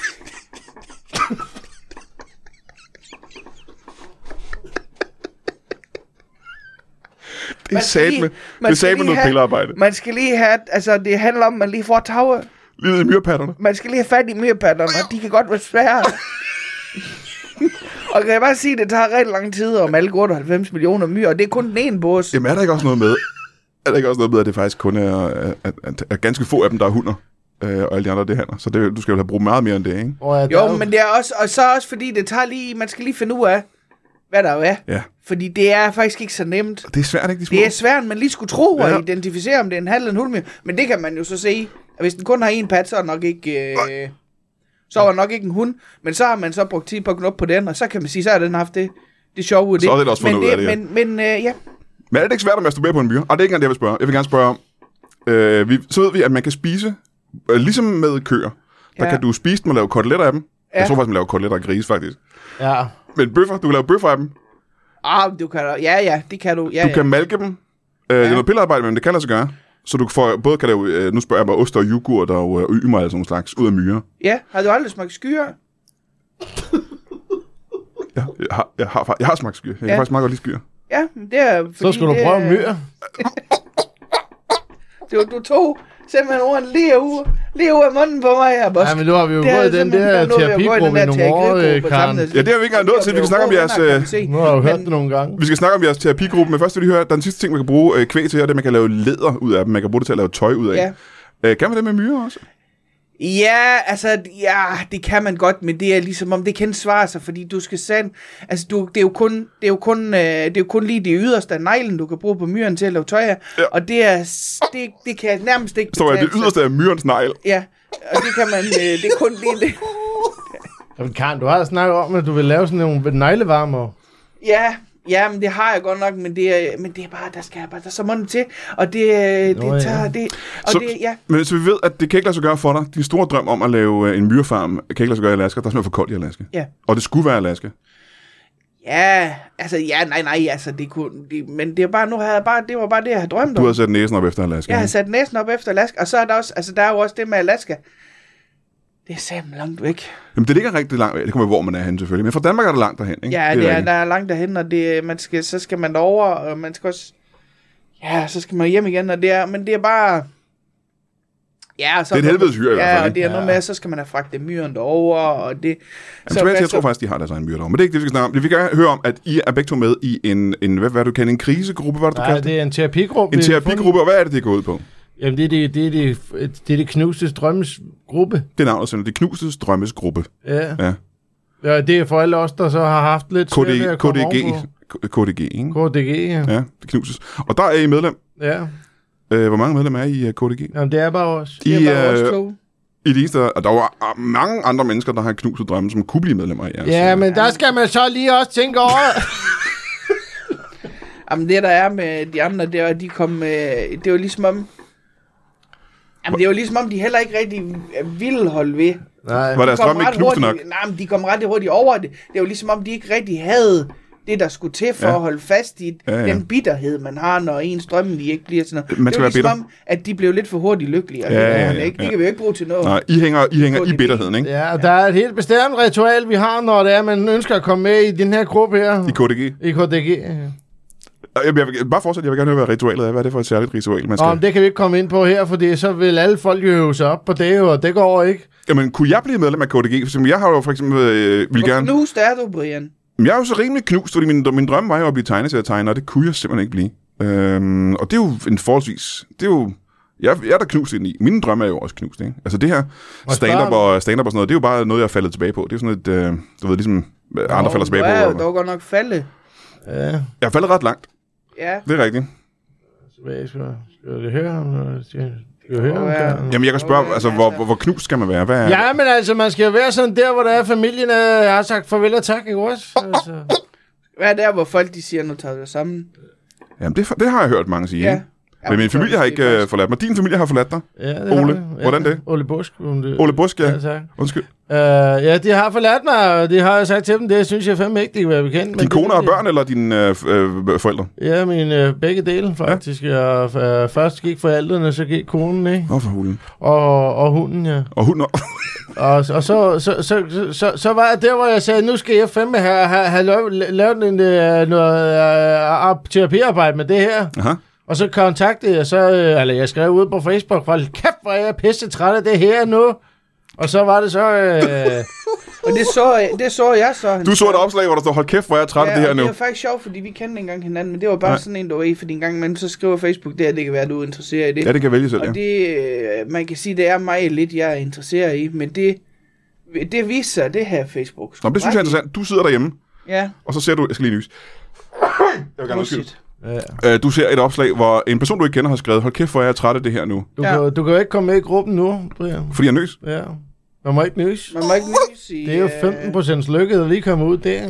Det er sat med noget pillearbejde. Man skal lige have... Altså, det handler om, at man lige får taget. Lige i myrpatterne. Man skal lige have fat i myrpatterne, og de kan godt være svære. Og kan jeg bare sige, at det tager rigtig lang tid om alle 98 millioner myr, og det er kun den ene bås. Jamen er der ikke også noget med, at det faktisk kun er ganske få af dem, der er hunder? Og alle de andre, det handler. Så du skal jo have brugt meget mere end det, ikke? Jo, men det er også, og så også fordi det tager lige, man skal lige finde ud af, hvad der jo er. Ja. Fordi det er faktisk ikke så nemt. Det er svært, ikke, de små? Det er svært, man lige skulle tro at identificere, om det er en halv eller en hulmyre. Men det kan man jo så se. At hvis den kun har en pat, så er det nok ikke... så var det nok ikke en hund. Men så har man så brugt tid på at knuppe på den, og så kan man sige, så har den haft det sjove ud af det. Så er det også fundet ud af det, ja. Men ja. Men er det ikke svært at masturbere på en myre? Og det er ikke engang det, jeg vil spørge. Jeg vil gerne spørge om... så ved vi, at man kan spise... ligesom med køer. Der kan du spise dem og lave koteletter af dem. Ja. Jeg tror faktisk, man laver koteletter af grise, faktisk. Ja. Men bøffer, du kan lave bøffer af dem. Du kan det kan du. Ja, du kan malke dem. Det er noget pillearbejde, men det kan lade sig gøre. Så du får, både kan lave, nu spørger jeg bare, ost og yoghurt og ymer og sådan nogle slags, ud af myrer. Ja, har du aldrig smagt skyer? Ja, jeg har smagt skyer. Jeg kan faktisk meget godt lide skyer. Ja, det er fordi... Så skal du prøve myrer. Du tog simpelthen ordene lige ud af munden på mig her, boss. Ja, men nu har vi jo gået i den der terapigruppe i nogle år, Karen. Ja, det har vi ikke engang nået til. Vi kan snakke om jeres... Nu har jeg jo hørt det nogle gange. Vi skal snakke om jeres terapigruppe, men først vil vi høre, den sidste ting, man kan bruge kvæg til, er det, man kan lave læder ud af dem. Man kan bruge det til at lave tøj ud af. Ja. Kan man det med myrer også? Ja, altså, det kan man godt, men det er ligesom om, det kan svare sig, fordi du skal sende, altså, det er jo kun lige det yderste af neglen, du kan bruge på myren til at lave tøj af, og det kan nærmest ikke betale sig. Det yderste af myrens negl. Ja, og det kan man, det er kun lige det. Jamen, Karen, du har snakket om, at du vil lave sådan nogle neglevarmer. Ja, men det har jeg godt nok, men det er bare, der er så meget til, og det tager det, og så, det, ja. Men så vi ved, at det kan ikke lade sig gøre for dig. Din store drøm om at lave en myrefarm kan ikke lade sig gøre i Alaska. Der er simpelthen for koldt i Alaska. Ja. Og det skulle være Alaska. Ja, altså, nej, altså, men det er bare, det var bare det, jeg havde drømt om. Du har sat næsen op efter Alaska. Jeg har sat næsen op efter Alaska, og så er der også, altså, der er jo også det med Alaska. Det er simpelthen langt væk. Jamen, det ligger rigtig langt væk. Det kommer hvor man er henne, selvfølgelig. Men fra Danmark er det langt derhen, ikke? Ja, der er langt derhen, og så skal man derover, og man skal også... Ja, så skal man hjem igen, og men det er bare... Ja, så det er et helvedes hyre i hvert fald. Ja, og det er noget med, så skal man have fragtet myren derover, og det... Jamen, jeg tror faktisk, de har deres egen myre derovre. Men det er ikke det, vi skal snakke om. Vi vil gerne høre om, at I er begge to med i en hvad du kalder, en krisegruppe, hvad du kalder det? Det er en terapigruppe. En terapigruppe, og hvad er det går ud på? Jamen, det er det Knudstes Drømmes gruppe. Det er navnet, sådan. Det Knudstes Drømmes gruppe. Ja. Ja, det er for alle os, der så har haft lidt svært ved at komme KDG, ikke? KDG, ja. Ja, det Knudstes. Og der er I medlem. Ja. Hvor mange medlemmer er I KDG? Jamen, det er bare os. Det er bare os to. I det eneste, og der var mange andre mennesker, der har knustet drømme, som kunne blive medlemmer af jeres. Ja, men der skal man så lige også tænke over. Jamen, det der er med de andre, det er, de kom med... Det er jo ligesom om... Jamen, det er jo ligesom om, de heller ikke rigtig ville holde ved. Nej. Var deres drømme ikke knuste nok? Nej, men de kom ret hurtigt over det. Det er jo ligesom om, de ikke rigtig havde det, der skulle til for at holde fast i den bitterhed, man har, når ens drømme lige ikke bliver sådan noget. Det er jo ligesom om, at de blev lidt for hurtigt lykkelige. Det kan vi jo ikke bruge til noget. Nej, I hænger i bitterheden, ikke? Ja, og der er et helt bestemt ritual, vi har, når det er, man ønsker at komme med i den her gruppe her. I KDG? I KDG, ja. Jeg vil bare fortsætte, jeg vil gerne høre, hvad ritualet er. Hvad er det for et særligt ritual, man skal... det kan vi ikke komme ind på her, for så vil alle folk jo øve sig op på det, og det går ikke. Jamen, kunne jeg blive medlem af KDG? For jeg har jo for eksempel... vil gerne... Hvor knust er du, Brian? Jeg er jo så rimelig knust, fordi min drøm var jo at blive tegneserietegner, og det kunne jeg simpelthen ikke blive. Og det er jo en forholdsvis... Det er jo... Jeg er der knust ind i. Mine drømme er jo også knust, ikke? Altså det her stand-up og sådan noget, det er jo bare noget, jeg er faldet tilbage på. Det er sådan et... du ved, ligesom andre falder tilbage på. Det var godt nok faldet. Ja. Jeg har faldet ret langt. Ja. Det er rigtigt. Skal det høre ham? Jamen, jeg kan spørge, altså, hvor knust skal man være? Hvad er ja, men altså, man skal jo være sådan der, hvor der er familien, jeg har sagt farvel og tak, ikke også? Altså. Hvad er der, hvor folk de siger, nu tager vi sammen? Jamen, det har jeg hørt mange sige, ikke? Men min familie har ikke forladt mig. Din familie har forladt dig, Ole. Hvordan det? Ole Busk. Ole Busk, ja. Undskyld. Ja, de har forladt mig, og det har jeg sagt til dem. Det synes jeg fandme ikke, de kan være bekendt. Din kone og børn, eller dine forældre? Ja, mine begge dele, faktisk. Ja. Først gik forældrene, så gik konen, ikke? Hvorfor hunden? Og hunden, ja. Og hunden og så var jeg der, hvor jeg sagde, nu skal jeg fandme have lavet noget terapiarbejde med det her. Aha. Og så kontaktede jeg, jeg skrev ud på Facebook, for kæft, hvor er jeg pisse træt af det her nu. Og så var det så... og det så jeg så. Du så et opslag, hvor der stod, hold kæft, hvor er jeg træt af det her nu. Det var faktisk sjovt, fordi vi kendte engang hinanden, men det var bare sådan en, der var i, fordi en gang imellem, så skriver Facebook det kan være, du er interesseret i det. Ja, det kan vælge selv, og det, man kan sige, det er mig lidt, jeg er interesseret i, men det viser sig, det her Facebook. Nå, det synes jeg er interessant. Du sidder derhjemme, Ja. Og så ser du... Jeg skal lige nys. Jeg vil gerne undskylde. Ja. Du ser et opslag, hvor en person, du ikke kender, har skrevet, hold kæft, hvor er jeg træt af det her nu. Du kan jo ikke komme med i gruppen nu, Brian. Fordi jeg nøs. Ja. Man må ikke nys. Man må ikke nys i... Det er jo 15% lykke, at lige komme ud der.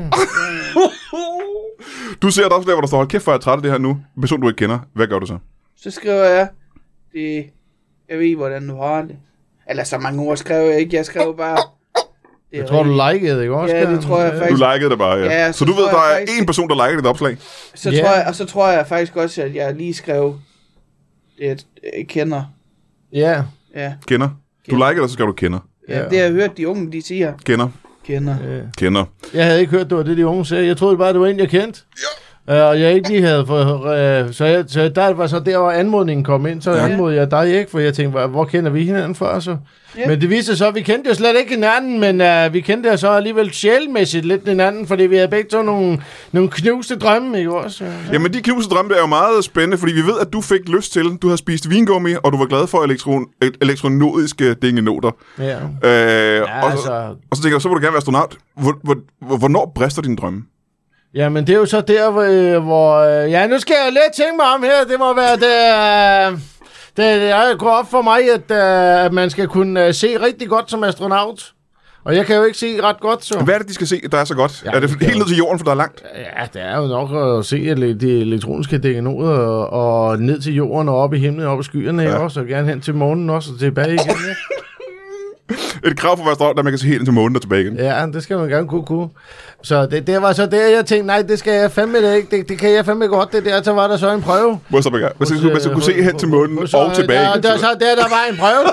Du ser et opslag, hvor der står, hold kæft, hvor er jeg træt af det her nu. En person, du ikke kender. Hvad gør du så? Så skriver jeg, jeg ved, hvordan du har det. Eller så mange ord skrev jeg ikke. Jeg skrev bare... Jeg tror, du likede det, ikke også? Ja, det tror jeg faktisk. Du likede det bare, ja. Ja, så du ved, der er en person, der likede dit opslag? Så tror jeg faktisk også, at jeg lige skrev, det jeg kender. Ja. Ja. Kender. Du likede det, så skal du kender. Ja, det har jeg hørt de unge, de siger. Kender. Kender. Jeg havde ikke hørt, det var det, de unge sagde. Jeg troede bare, det var en, jeg kendte. Ja. Og jeg ikke lige havde fået... Så der var så der, hvor anmodningen kom ind, så anmodede jeg dig ikke, for jeg tænkte, hvor kender vi hinanden fra så? Ja. Men det viste så, at vi kendte jo slet ikke hinanden, men vi kendte jo så alligevel sjælmæssigt lidt hinanden, fordi vi havde begge to nogle knuste drømme, ikke også? Ja. Jamen, de knuste drømme er jo meget spændende, fordi vi ved, at du fik lyst til, du har spist vingummi, og du var glad for elektronodiske dingenoter. Ja. Og så tænker jeg, så vil du gerne være astronaut. Hvornår brister din drømme? Jamen, det er jo så der, hvor... Ja, nu skal jeg lidt tænke mig om her. Det må være det går op for mig, at man skal kunne se rigtig godt som astronaut. Og jeg kan jo ikke se ret godt, så... Hvad er det, de skal se, der er så godt? Ja, er det helt ned til jorden, for der er langt? Ja, det er jo nok at se de elektroniske dingenoder og ned til jorden og op i himlen og op i skyerne også, og gerne hen til månen også og tilbage igen. Ja. Et krav for at være astronaut, at man kan se helt til månen og tilbage igen. Ja, det skal man gerne kunne. Så det var så der, jeg tænkte, nej, det skal jeg fandme det ikke. Det kan jeg fandme godt, det der. Så var der så en prøve. Hvor så man kunne se hen til månen og tilbage igen. Det var så der var en prøve.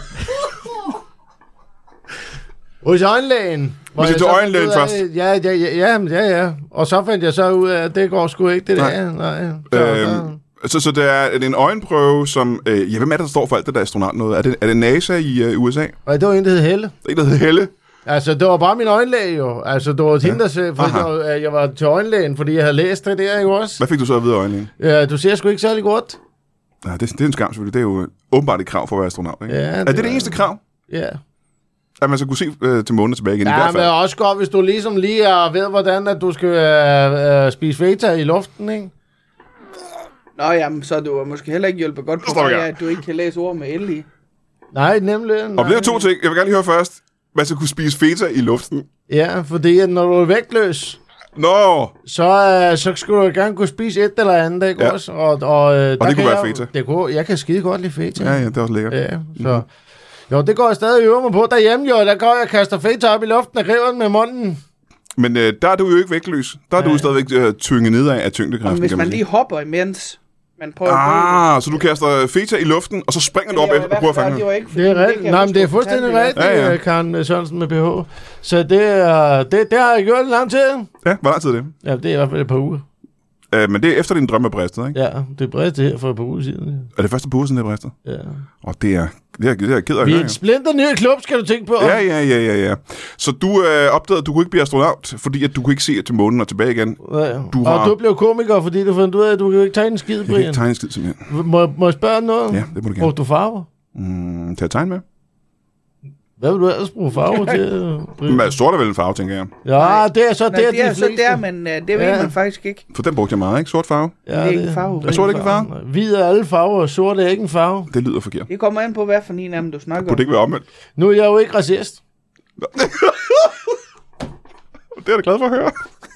Hos øjenlægen. Må jeg til øjenlægen først? Ja. Og så fandt jeg så ud af, at det går sgu ikke, det der. Nej. Så det er en øjenprøve, som... hvem er det, der står for alt det der astronaut noget? Er det NASA i USA? Nej, det var en, der hed Helle. En, der hed Helle? Altså, det var bare min øjenlæge jo. Altså, det var hende, der sagde, fordi jeg var til øjenlægen, fordi jeg havde læst det der, ikke også? Hvad fik du så at vide af øjenlægen? Ja, du ser sgu ikke særlig godt. Nej, det er en skam selvfølgelig. Det er jo åbenbart et krav for at være astronaut, ikke? Ja, er det eneste krav? Ja. At man skal kunne se til månen og tilbage igen, ja, i hvert fald. Ja, men også godt, hvis du ligesom lige ved, hvordan at du skal spise feta i luften, ikke? Nå, jamen, så du måske heller ikke hjælper godt på mig, at du ikke kan læse ord med L i. Nej, nemlig. Og det er 2 ting. Jeg vil gerne lige høre først. Man skal kunne spise feta i luften. Ja, fordi at når du er vægtløs, så skulle du gerne kunne spise et eller andet, ikke også? Og det kunne være feta. Jeg kan skide godt lide feta. Ja, det er også lækkert. Ja, så... Jo, det går jeg stadig øver mig på derhjemme, jo. Der går jeg og kaster feta op i luften og griber den med munden. Men der er du jo ikke vægtløs. Der er du stadigvæk tynget nedad af tyngdekraften. Hvis man lige hopper imens man prøver så du kaster feta i luften, og så springer du op efter og prøver at fange den. Det er rigtigt. Nej, men det er fuldstændig rigtigt, Karen Sørensen med BH. Så det har jeg gjort i lang tid. Ja, hvor lang tid er det? Ja, det er i hvert fald et par uger. Men det er efter din drøm er bristet, ikke? Ja, det bristede her for et par uger siden. Ja. Er det første par uger siden, det er bristet? Ja. Og det er ked af at høre. Vi er en splinter ny klub, skal du tænke på. Ja. Så du opdagede, at du kunne ikke blive astronaut, fordi at du kunne ikke se til månen og tilbage igen. Ja. Du blev komiker, fordi du fandt ud af, at du kan ikke tegne en skid, Brian. Jeg kan ikke tegne en skid, simpelthen. Må jeg spørge noget? Ja, det må du gerne. Brugte du farver? Tag tegn med. Hvad vil du ellers bruge farver til? Men sort er vel en farve, tænker jeg. Ja, det er så det er så der, men det ved man faktisk ikke. For den brugte jeg meget, ikke? Sort farve. Ja, det er ikke en farve. Er sort ikke en farve? Hvid er alle farver, og sort er ikke en farve. Det lyder forkert. Det kommer an på, hvad for en af dem, du snakker om. Kunne det ikke være omvendt? Nu er jeg jo ikke racist. Det er jeg da glad for at høre.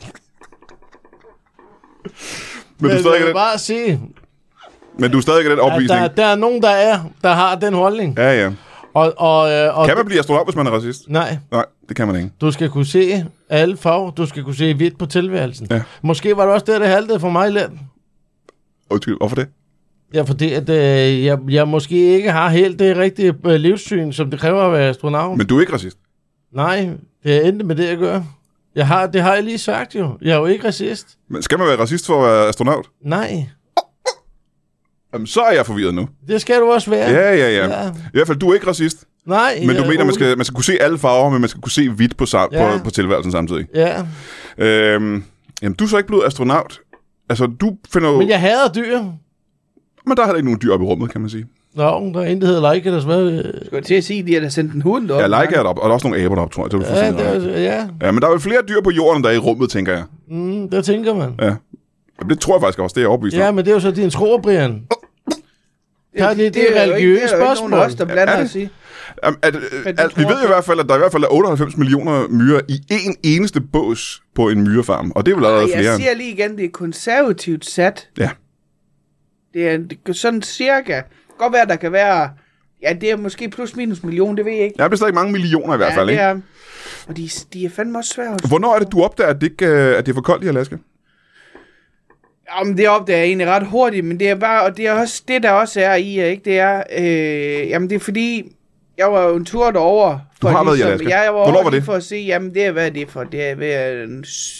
Men du stadig bare sige. Men du er stadig i den opvisning. Der er nogen, der har den holdning. Ja. Og kan man blive astronaut, hvis man er racist? Nej, det kan man ikke. Du skal kunne se alle farver. Du skal kunne se hvidt på tilværelsen. Ja. Måske var det også det haltede for mig lidt. Undskyld, hvorfor det? Ja, fordi at jeg måske ikke har helt det rigtige livssyn, som det kræver at være astronaut. Men du er ikke racist? Nej, det er endte med det, jeg gør. Det har jeg lige sagt jo. Jeg er jo ikke racist. Men skal man være racist for at være astronaut? Nej. Jamen, så er jeg forvirret nu. Det skal du også være. Ja. I hvert fald, du er ikke racist. Nej. Men du mener, man skal kunne se alle farver, men man skal kunne se hvidt på tilværelsen samtidig. Ja. Jamen, du er så ikke blevet astronaut. Altså, du finder jo... Men jeg hader dyr. Men der er heller ikke nogen dyr oppe i rummet, kan man sige. Nå, der er en, der hedder Leica, der smager... Skal jeg til at sige, at de har da sendt en hund op? Ja, Leica er deroppe, og der er også nogle aber deroppe, tror jeg. Det er Ja, ja, men der er jo flere dyr på jorden, der er i rummet, tænker jeg. der tænker man. Ja. Det tror jeg faktisk også, det er overbevist om. Ja, men det er jo så din skruer, Brian. Det er religiøse spørgsmål. Det er jo ikke nogen af os, der blander at sige. Vi ved i hvert fald, at der i hvert fald er 98 millioner myrer i en eneste bås på en myrefarm, og det er vel allerede flere. Jeg siger lige igen, det er konservativt sat. Ja. Det er sådan cirka. Godt være, der kan være... Ja, det er måske plus minus million, det ved jeg ikke. Ja, det er stadig mange millioner i hvert fald, ikke? Ja, og de er fandme også svære. Hvornår er det, du opdager, at det er for koldt i Alaska? Jamen, det opdager jeg egentlig ret hurtigt, men det er bare... Og det er også det, der også er i, ikke? Det er... jamen, det er fordi... Jeg var jo en tur derovre. Du har været i Alaska? Ja, jeg var Hvornår var det? det? For at se, jamen, det er, hvad er det for? Det er ved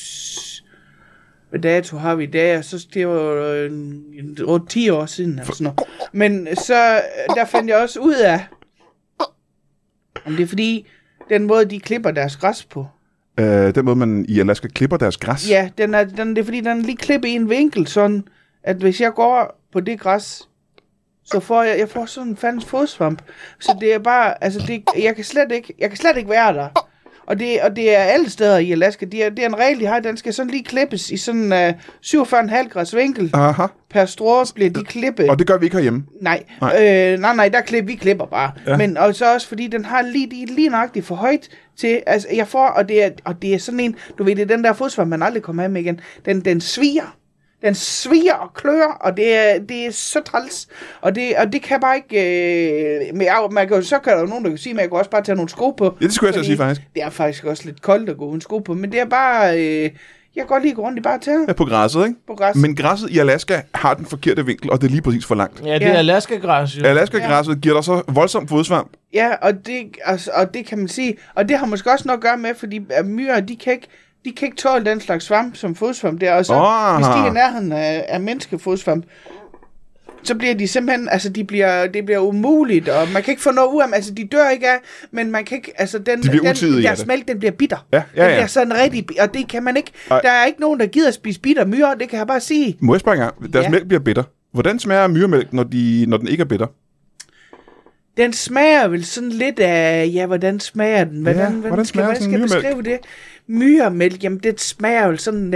hvad dato har vi i dag? Så det var 10 år siden, eller sådan noget. Men så, der fandt jeg også ud af, om det er fordi, den måde, de klipper deres græs på. Den måde, man i Alaska klipper deres græs? Ja, det er fordi, den er lige klippet i en vinkel, sådan, at hvis jeg går på det græs, så får jeg får sådan en fandens fodsvamp. Så det er bare, altså, jeg kan slet ikke være der. Og det er alle steder i Alaska. Det er en regel, de har. Den skal sådan lige klippes i sådan 47,5 graders vinkel. Aha. Per strå bliver de klippet. Og det gør vi ikke herhjemme? Nej. Nej, vi klipper bare. Ja. Men og så også fordi den har lige nøjagtigt for højt til, altså jeg får, og det er sådan en, du ved, det er den der fodsvamp, man aldrig kommer af med igen. Den sviger. Den sviger og klør, og det er så træls. Og det kan bare ikke... så kan der jo nogen, der kan sige, at jeg kan også bare tage nogle sko på. Ja, det skulle jeg så sige faktisk. Det er faktisk også lidt koldt at gå uden sko på, men det er bare... jeg kan godt lige gå rundt i bare tæer. Ja, på græsset, ikke? På græsset. Men græsset i Alaska har den forkerte vinkel, og det er lige præcis for langt. Ja, det er Alaska-græs, jo. Alaska-græsset giver dig så voldsomt fodsvamp. Ja, og det kan man sige. Og det har måske også noget at gøre med, fordi myrer, de kan ikke tåle den slags svamp som fodsvamp der, og så hvis de er i nærheden af menneskefodsvamp, så bliver de simpelthen, altså det bliver umuligt, og man kan ikke få noget ud af dem, altså de dør ikke af, men man kan ikke, altså deres mælk, den bliver bitter. Ja. Den bliver sådan rigtig, og det kan man ikke, der er ikke nogen, der gider spise bitter myrer, det kan jeg bare sige. Må jeg spørge en gang, deres mælk bliver bitter. Hvordan smager myremælk, når den ikke er bitter? Den smager vel sådan lidt af, hvordan smager den? Hvordan skal jeg beskrive det? Myremælk, jamen det smager jo sådan...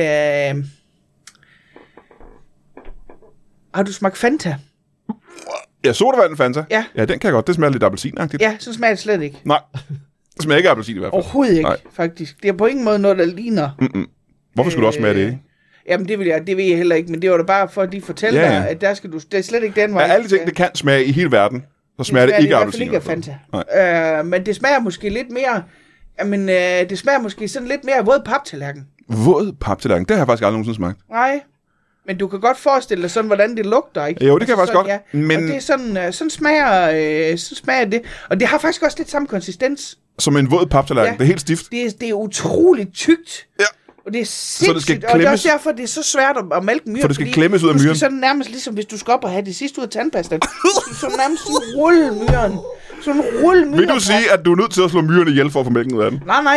Har du smagt Fanta? Ja, sodavand Fanta? Ja. Ja, den kan jeg godt. Det smager lidt appelsinagtigt. Ja, så smager det slet ikke. Nej, det smager ikke af appelsin i hvert fald. Overhovedet ikke, faktisk. Det er på ingen måde noget, der ligner. Hvorfor skulle du også smage det, ikke? Jamen, det ved jeg heller ikke, men det var da bare for at de fortælle dig, at der skal du... Det er slet ikke den vej. Ja, alle ting, det kan smage i hele verden, så smager det ikke af appelsin. Det smager ikke af Fanta. Men det smager måske lidt mere... Jamen, det smager måske sådan lidt mere våd paptallerken. Våd paptallerken? Det har jeg faktisk aldrig nogensinde smagt. Nej, men du kan godt forestille dig sådan, hvordan det lugter, ikke? Jo, det kan jeg faktisk godt. Ja. Men... Og det er sådan smager det. Og det har faktisk også lidt samme konsistens. Som en våd paptallerken. Ja. Det er helt stift. Det er utroligt tykt. Ja. Og det er sindssygt, og det er også derfor, det er så svært at mælke myre. For det skal klemmes ud af myren. Du skal sådan nærmest ligesom, hvis du skal op og have det sidste ud af tandpasta. Du skal sådan nærmest rulle myren. Vil du sige, at du er nødt til at slå myrerne ihjel for at få mælken ud af den? Nej,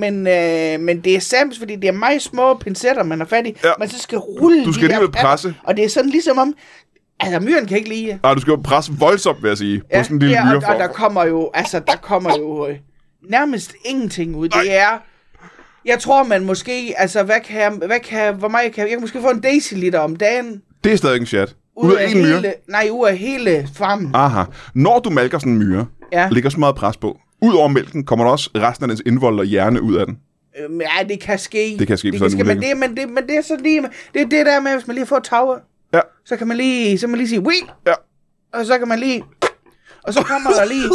men det er sandt, fordi det er meget små pincetter, man har fat i. Ja. Man så skal rulle. Du skal alligevel presse. Og det er sådan ligesom om, altså myren kan ikke lide. Nej, du skal jo presse voldsomt, vil jeg sige. På sådan en lille myreform. Og der kommer jo nærmest ingenting ud. Det er... Jeg tror, man måske... Altså, hvor meget kan jeg kan måske få en deciliter om dagen. Det er stadig en chat. Ud af en myre? Nej, ud af hele farmen. Aha. Når du malker sådan en myre, ligger så meget pres på. Ud over mælken kommer der også resten af dens indvold og hjerne ud af den. Ja, det kan ske. Det kan ske sådan en ulykke. Men det er så lige... Det er det der med, hvis man lige får tagre. Ja. Så kan man lige sige, oui. Ja. Og så kan man lige... Og så kommer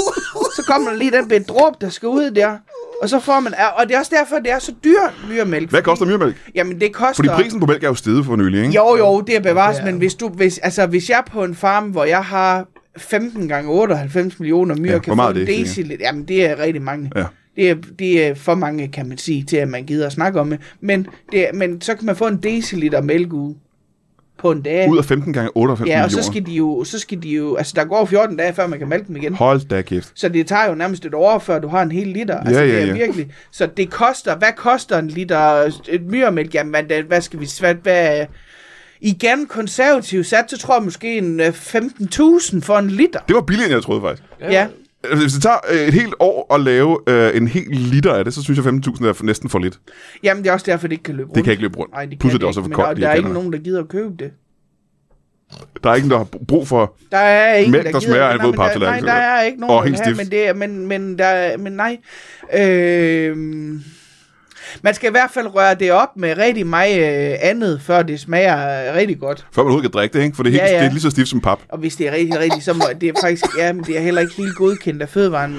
der lige den bedråb, der skal ud der. Og så får man... Og det er også derfor, det er så dyr myremælk. Hvad koster myremælk? Jamen, det koster... Fordi prisen på mælk er jo steget for nylig, ikke? Jo, det er bevares, men hvis jeg er på en farm, hvor jeg har 15 gange 98 millioner myrer, kan få en deciliter... Jamen, det er rigtig mange. Ja. Det er for mange, kan man sige, til at man gider at snakke om det. Men så kan man få en deciliter mælk ud på en dag. Ud af 15 gange 98 millioner. Ja, og så skal de jo... Altså, der går 14 dage, før man kan mælke dem igen. Hold da kæft. Så det tager jo nærmest et år, før du har en hel liter. Altså, det er virkelig... Så det koster... Hvad koster en liter myremælk? Jamen, hvad skal vi... Igen konservativt sat, så tror jeg måske en 15.000 for en liter. Det var billigere, end jeg troede faktisk. Ja. Hvis det tager et helt år at lave en hel liter af det, så synes jeg 15.000 er næsten for lidt. Jamen, det er også derfor, det ikke kan løbe rundt. Det kan ikke løbe rundt. Nej, det Pludselig kan er det også ikke, for koldt. der er ikke nogen, der gider at købe det. Der er ingen, der har brug for Der er ikke mælk, der smager af en vådpaptallerken. Nej, der er ikke nogen, Og helt der have, stift. men nej. Man skal i hvert fald røre det op med rigtig meget andet, før det smager rigtig godt. Før man overhovedet kan drikke det, ikke? For det er, helt, det er lige så stift som pap. Og hvis det er rigtig, så må det er faktisk, men det er heller ikke helt godkendt af fødevaren,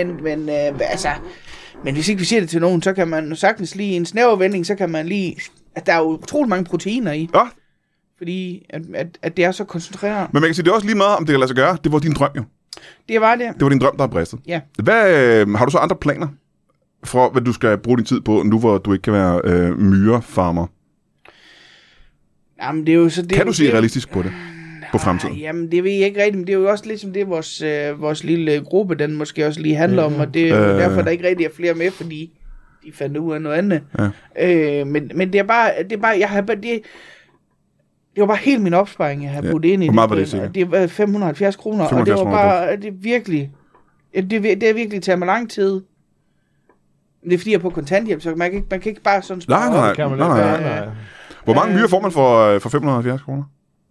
men hvis ikke vi siger det til nogen, så kan man sagtens lige i en snævervending, så kan man lige, at der er jo utrolig mange proteiner i. Ja. Fordi at det er så koncentreret. Men man kan sige, det er også lige meget, om det kan lade sig gøre. Det var din drøm jo. Det var det. Det var din drøm, der er bristet. Ja. Hvad, har du så andre planer for, hvad du skal bruge din tid på, nu hvor du ikke kan være myrefarmer? Jamen, det er jo så... Kan du se realistisk på det? På fremtiden? Jamen, det ved jeg ikke rigtigt, men det er jo også lidt som det, vores lille gruppe, den måske også lige handler om, og det er jo derfor, der ikke rigtig er flere med, fordi de fandt ud af noget andet. Ja. Men det er bare, jeg har bare, det var bare helt min opsparing, jeg havde puttet ind i det. Hvor meget var det sikkert? Det var 570 kroner, og det var bare, det er virkelig taget mig lang tid. Det er fordi, jeg er på kontanthjælp, så man kan ikke bare sådan spare. Nej. Hvor mange myrer får man for 570 kroner?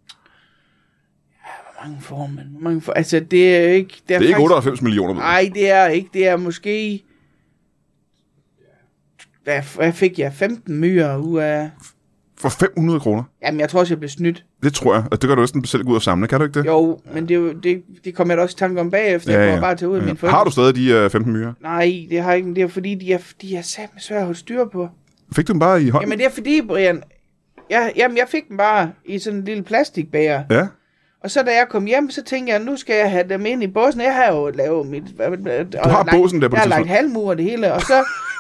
Hvor mange får man? Altså, det er ikke... Det er ikke 98 millioner. Nej, det er ikke. Det er måske... Hvad fik jeg? 15 myrer ud af... For 500 kroner? Jamen, jeg tror også, jeg blev snydt. Det tror jeg. Det kan du næsten selv gå ud og samle, kan du ikke det? Jo, men det kommer jeg da også i tanke om bagefter. Jeg bare tage ud af mine forældre. Har du stadig de 15 myrer? Nej, det har jeg ikke. Men det er fordi, de er satme svære at holde styr på. Fik du dem bare i hånden? Jamen, det er fordi, Brian... jeg fik dem bare i sådan en lille plastikbæger. Ja. Og så da jeg kom hjem, så tænkte jeg, nu skal jeg have dem ind i båsen. Jeg har jo lavet mit... Du har båsen der på det tidspunkt. Jeg har lagt halvmur og det hele, og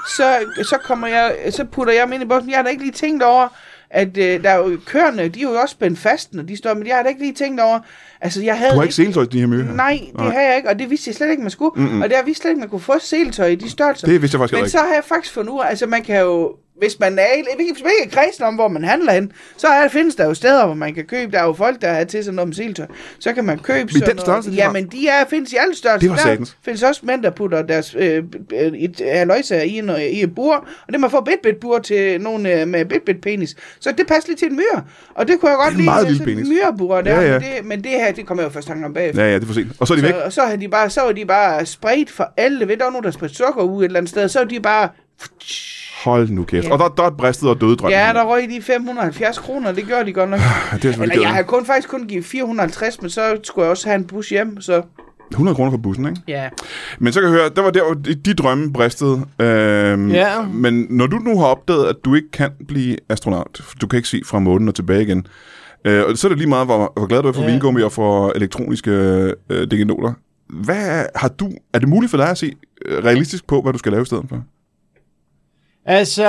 så putter jeg dem ind i båsen. Jeg har da ikke lige tænkt over, at der er jo køerne, de er jo også spændt fast, når de står, men jeg har da ikke lige tænkt over... Altså, jeg havde du har ikke seletøj til de her myrer? Nej, det har jeg ikke, og det vidste jeg slet ikke, man skulle. Og det har vidst slet ikke, man kunne få seletøj i de størrelser. Det vidste jeg faktisk ikke. Men så har jeg faktisk fundet ud af, altså man kan jo... Hvis man ikke er kredsen om, hvor man handler hen, så findes der jo steder, hvor man kan købe. Der er jo folk, der er til sådan noget med seletøj. Så kan man købe sådan noget. Jamen, findes i alle størrelser. Det var satans. Der findes også mænd, der putter deres haløjsager i et bur. Og det man får bit bur til nogen med bit penis. Så det passer lige til en myre. Og det kunne jeg godt lide. Det er en meget lille penis. Myrebur der. Ja. Men det her, det kommer jeg jo først tanke om bagefter. Ja, det er for sent. Og så er de væk. Og så var de bare spredt for alle. Ved der var nogen, der spredte sukker ud et eller andet sted. Så var de bare... Hold nu kæft. Ja. Og der er et bristet og døde drøm. Ja, der røg de 570 kroner. Det gør de godt nok. Eller jeg har faktisk kun givet 450, men så skulle jeg også have en bus hjem, så... 100 kroner for bussen, ikke? Ja. Men så kan jeg høre, der var der de drømme bristede. Ja. Men når du nu har opdaget, at du ikke kan blive astronaut, du kan ikke se fra månen og tilbage igen, så er det lige meget, hvor glad du er for vingummi og for elektroniske degenoter. Er det muligt for dig at se realistisk på, hvad du skal lave i stedet for? Altså,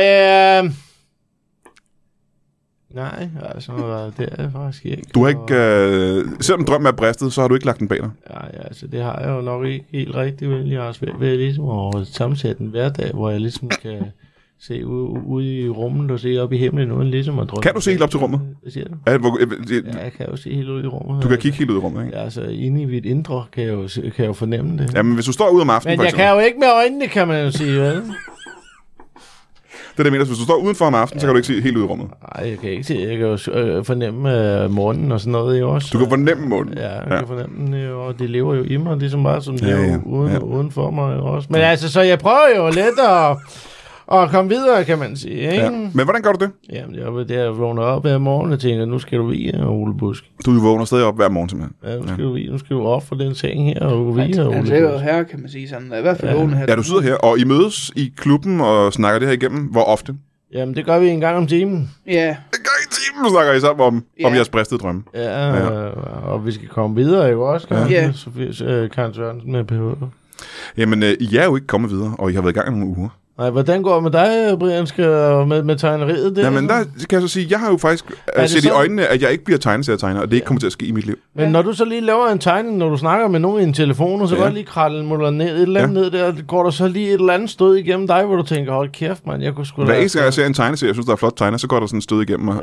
nej, altså, det er jeg faktisk ikke. Du har ikke, selvom drømmen er bristet, så har du ikke lagt den bag dig? Ja, altså, det har jeg jo nok ikke helt rigtigt, vel. Jeg har svært ved ligesom at sammensætte en hverdag, hvor jeg ligesom kan se ude i rummet og se op i himlen, uden ligesom at drømme. Kan du se helt op til rummet? Hvad siger du? Ja, jeg kan jo se helt ud i rummet. Du kan kigge helt ud i rummet, ikke? Ja, altså, inde i mit indre kan jeg jo fornemme det. Ja, men hvis du står ude om aftenen, men jeg kan jo ikke med øjnene, kan man jo sige, vel? Det der mener, hvis du står udenfor om aftenen, så kan du ikke se helt ud i rummet. Nej, jeg kan ikke se. Jeg kan jo fornemme månen og sådan noget jo også. Du kan fornemme månen? Ja, jeg kan fornemme det, og det lever jo i mig, ligesom bare som det er uden for mig også. Men altså, så jeg prøver jo lidt at komme videre, kan man sige, ikke? Ja. Men hvordan gør du det? Jamen, jeg vågner op hver morgen og tænker, nu skal du vige, Ole Busk. Du vågner stadig op hver morgen, simpelthen? Ja, nu skal du op for den seng her og gå vige, Ole Busk. Det er jo her, kan man sige sådan. I hvert fald vågne her. Ja, du sidder her, og I mødes i klubben og snakker det her igennem. Hvor ofte? Jamen, det gør vi en gang om timen. Ja. En gang i timen snakker I sammen om jeres bristede drømme. Ja, og vi skal komme videre, jo også. Karen Sørensen med PH. Jamen, I er jo ikke kommet videre, og I har været i gang i nogle uger. Nej, hvordan går det med dig, Brian, med tegneriet? Det Jamen, der kan jeg så sige, jeg har jo faktisk set i øjnene, at jeg ikke bliver tegneserietegner, og det ikke kommer til at ske i mit liv. Men når du så lige laver en tegning, når du snakker med nogen i en telefon, så går lige krallen ned et eller andet ned der, går der så lige et eller andet stød igennem dig, hvor du tænker, hold kæft, man, jeg kunne sgu da... Hver eneste gang jeg ser en tegneserie, jeg synes, der er flot tegner, så går der sådan et stød igennem mig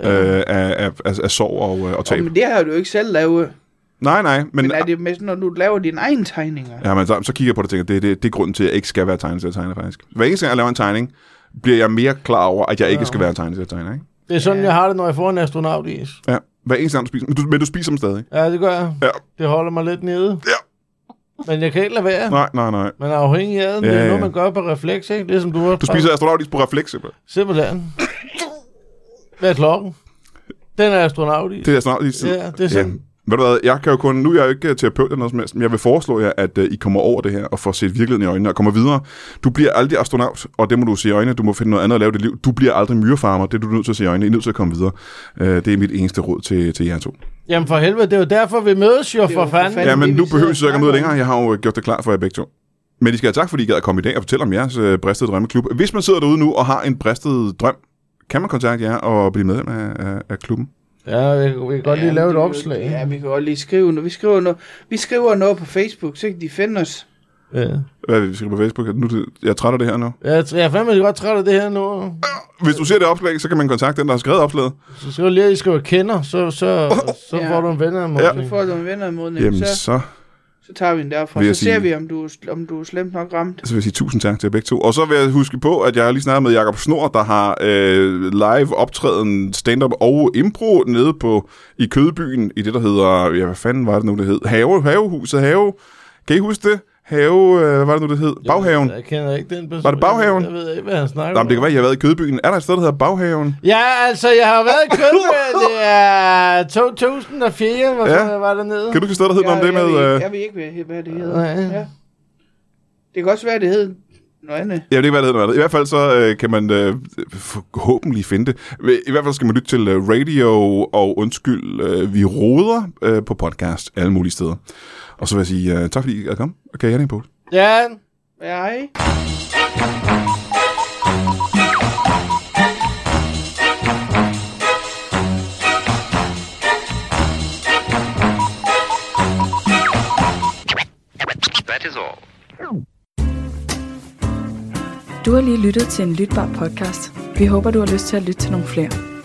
af sorg og tab. Men det har du jo ikke selv lavet. Nej, Men er det med, når du laver dine egne tegninger? Ja, men så kigger jeg på det og tænker, det er grunden til, at jeg ikke skal være tegneserietegner, faktisk. Hver eneste gang jeg laver en tegning, bliver jeg mere klar over, at jeg ikke skal være en tegneserietegner, ikke? Det er sådan, jeg har det, når jeg får en astronautis. Ja, hver eneste gang du spiser. Men du spiser dem stadig. Ja, det gør jeg. Ja. Det holder mig lidt nede. Ja. Men jeg kan ikke lade være. Nej. Man er afhængig af den. Det er noget, man gør på refleks, ikke? Det som du har. Du spiser astronautis på refleks, simpelthen. Simpelthen. Hvad er klokken? Den er astronautis. Det er astronautis. Ja, det er sådan. Ved du hvad, jeg kan jo kun, nu er jeg jo ikke terapeut eller noget som helst, men jeg vil foreslå jer, at I kommer over det her og får set virkeligheden i øjnene og kommer videre. Du bliver aldrig astronaut, og det må du se i øjnene. Du må finde noget andet at lave dit liv. Du bliver aldrig myrefarmer. Det er du nødt til at se i øjnene. I er nødt til at komme videre. Det er mit eneste råd til jer to. Jamen for helvede, det er jo derfor, vi mødes jo for fanden. Ja, men nu behøver I så ikke at møde længere. Jeg har jo gjort det klar for jer begge to. Men I skal have tak, fordi I gad at komme i dag og fortælle om jeres bristede drømmeklub. Hvis man sidder derude nu og har en bristet drøm, kan man kontakte jer og blive medlem af klubben. Ja, vi kan godt lige lave et opslag. Ja, vi kan godt lige skrive noget. Vi skriver noget på Facebook, så kan de finde os. Ja. Hvad vi skriver på Facebook? Jeg er træt af det her nu. Jeg er fandme godt træt af det her nu. Hvis du ser det opslag, så kan man kontakte den, der har skrevet opslaget. Så skriver lige, at I skriver kender, så får du en venneanmodning. Så får du en venneanmodning. Jamen så tager vi den derfra. Så ser vi, om du er slemt nok ramt. Så vil jeg sige tusind tak til jer begge to. Og så vil jeg huske på, at jeg har lige snakket med Jakob Snor, der har live optræden, stand-up og impro nede i Kødbyen, i det, der hedder, hvad fanden var det nu, det hed? Havehuset. Kan I huske det? Hvad var det nu, det hed? Baghaven. Jeg kender ikke den person. Var det Baghaven? Jeg ved ikke, hvad han snakker om. Jamen, det kan være, at jeg har været i Kødbyen. Er der et sted, der hedder Baghaven? Ja, altså, jeg har været i Kødbyen. Det er 2004, hvor var der nede. Kan du ikke sted, der hedder noget om det med... Jeg ved ikke, hvad det hedder. Ja. Det kan også være, det hedder noget andet. Ja, det kan være, det hedder noget andet. I hvert fald så kan man forhåbentlig finde det. I hvert fald skal man lytte til radio og vi roder på podcast alle mulige steder. Og så vil jeg sige tak, fordi I er kommet. Okay, jeg er på. Ja. Hej. That is all. Du har lige lyttet til en lytbar podcast. Vi håber, du har lyst til at lytte til nogle flere.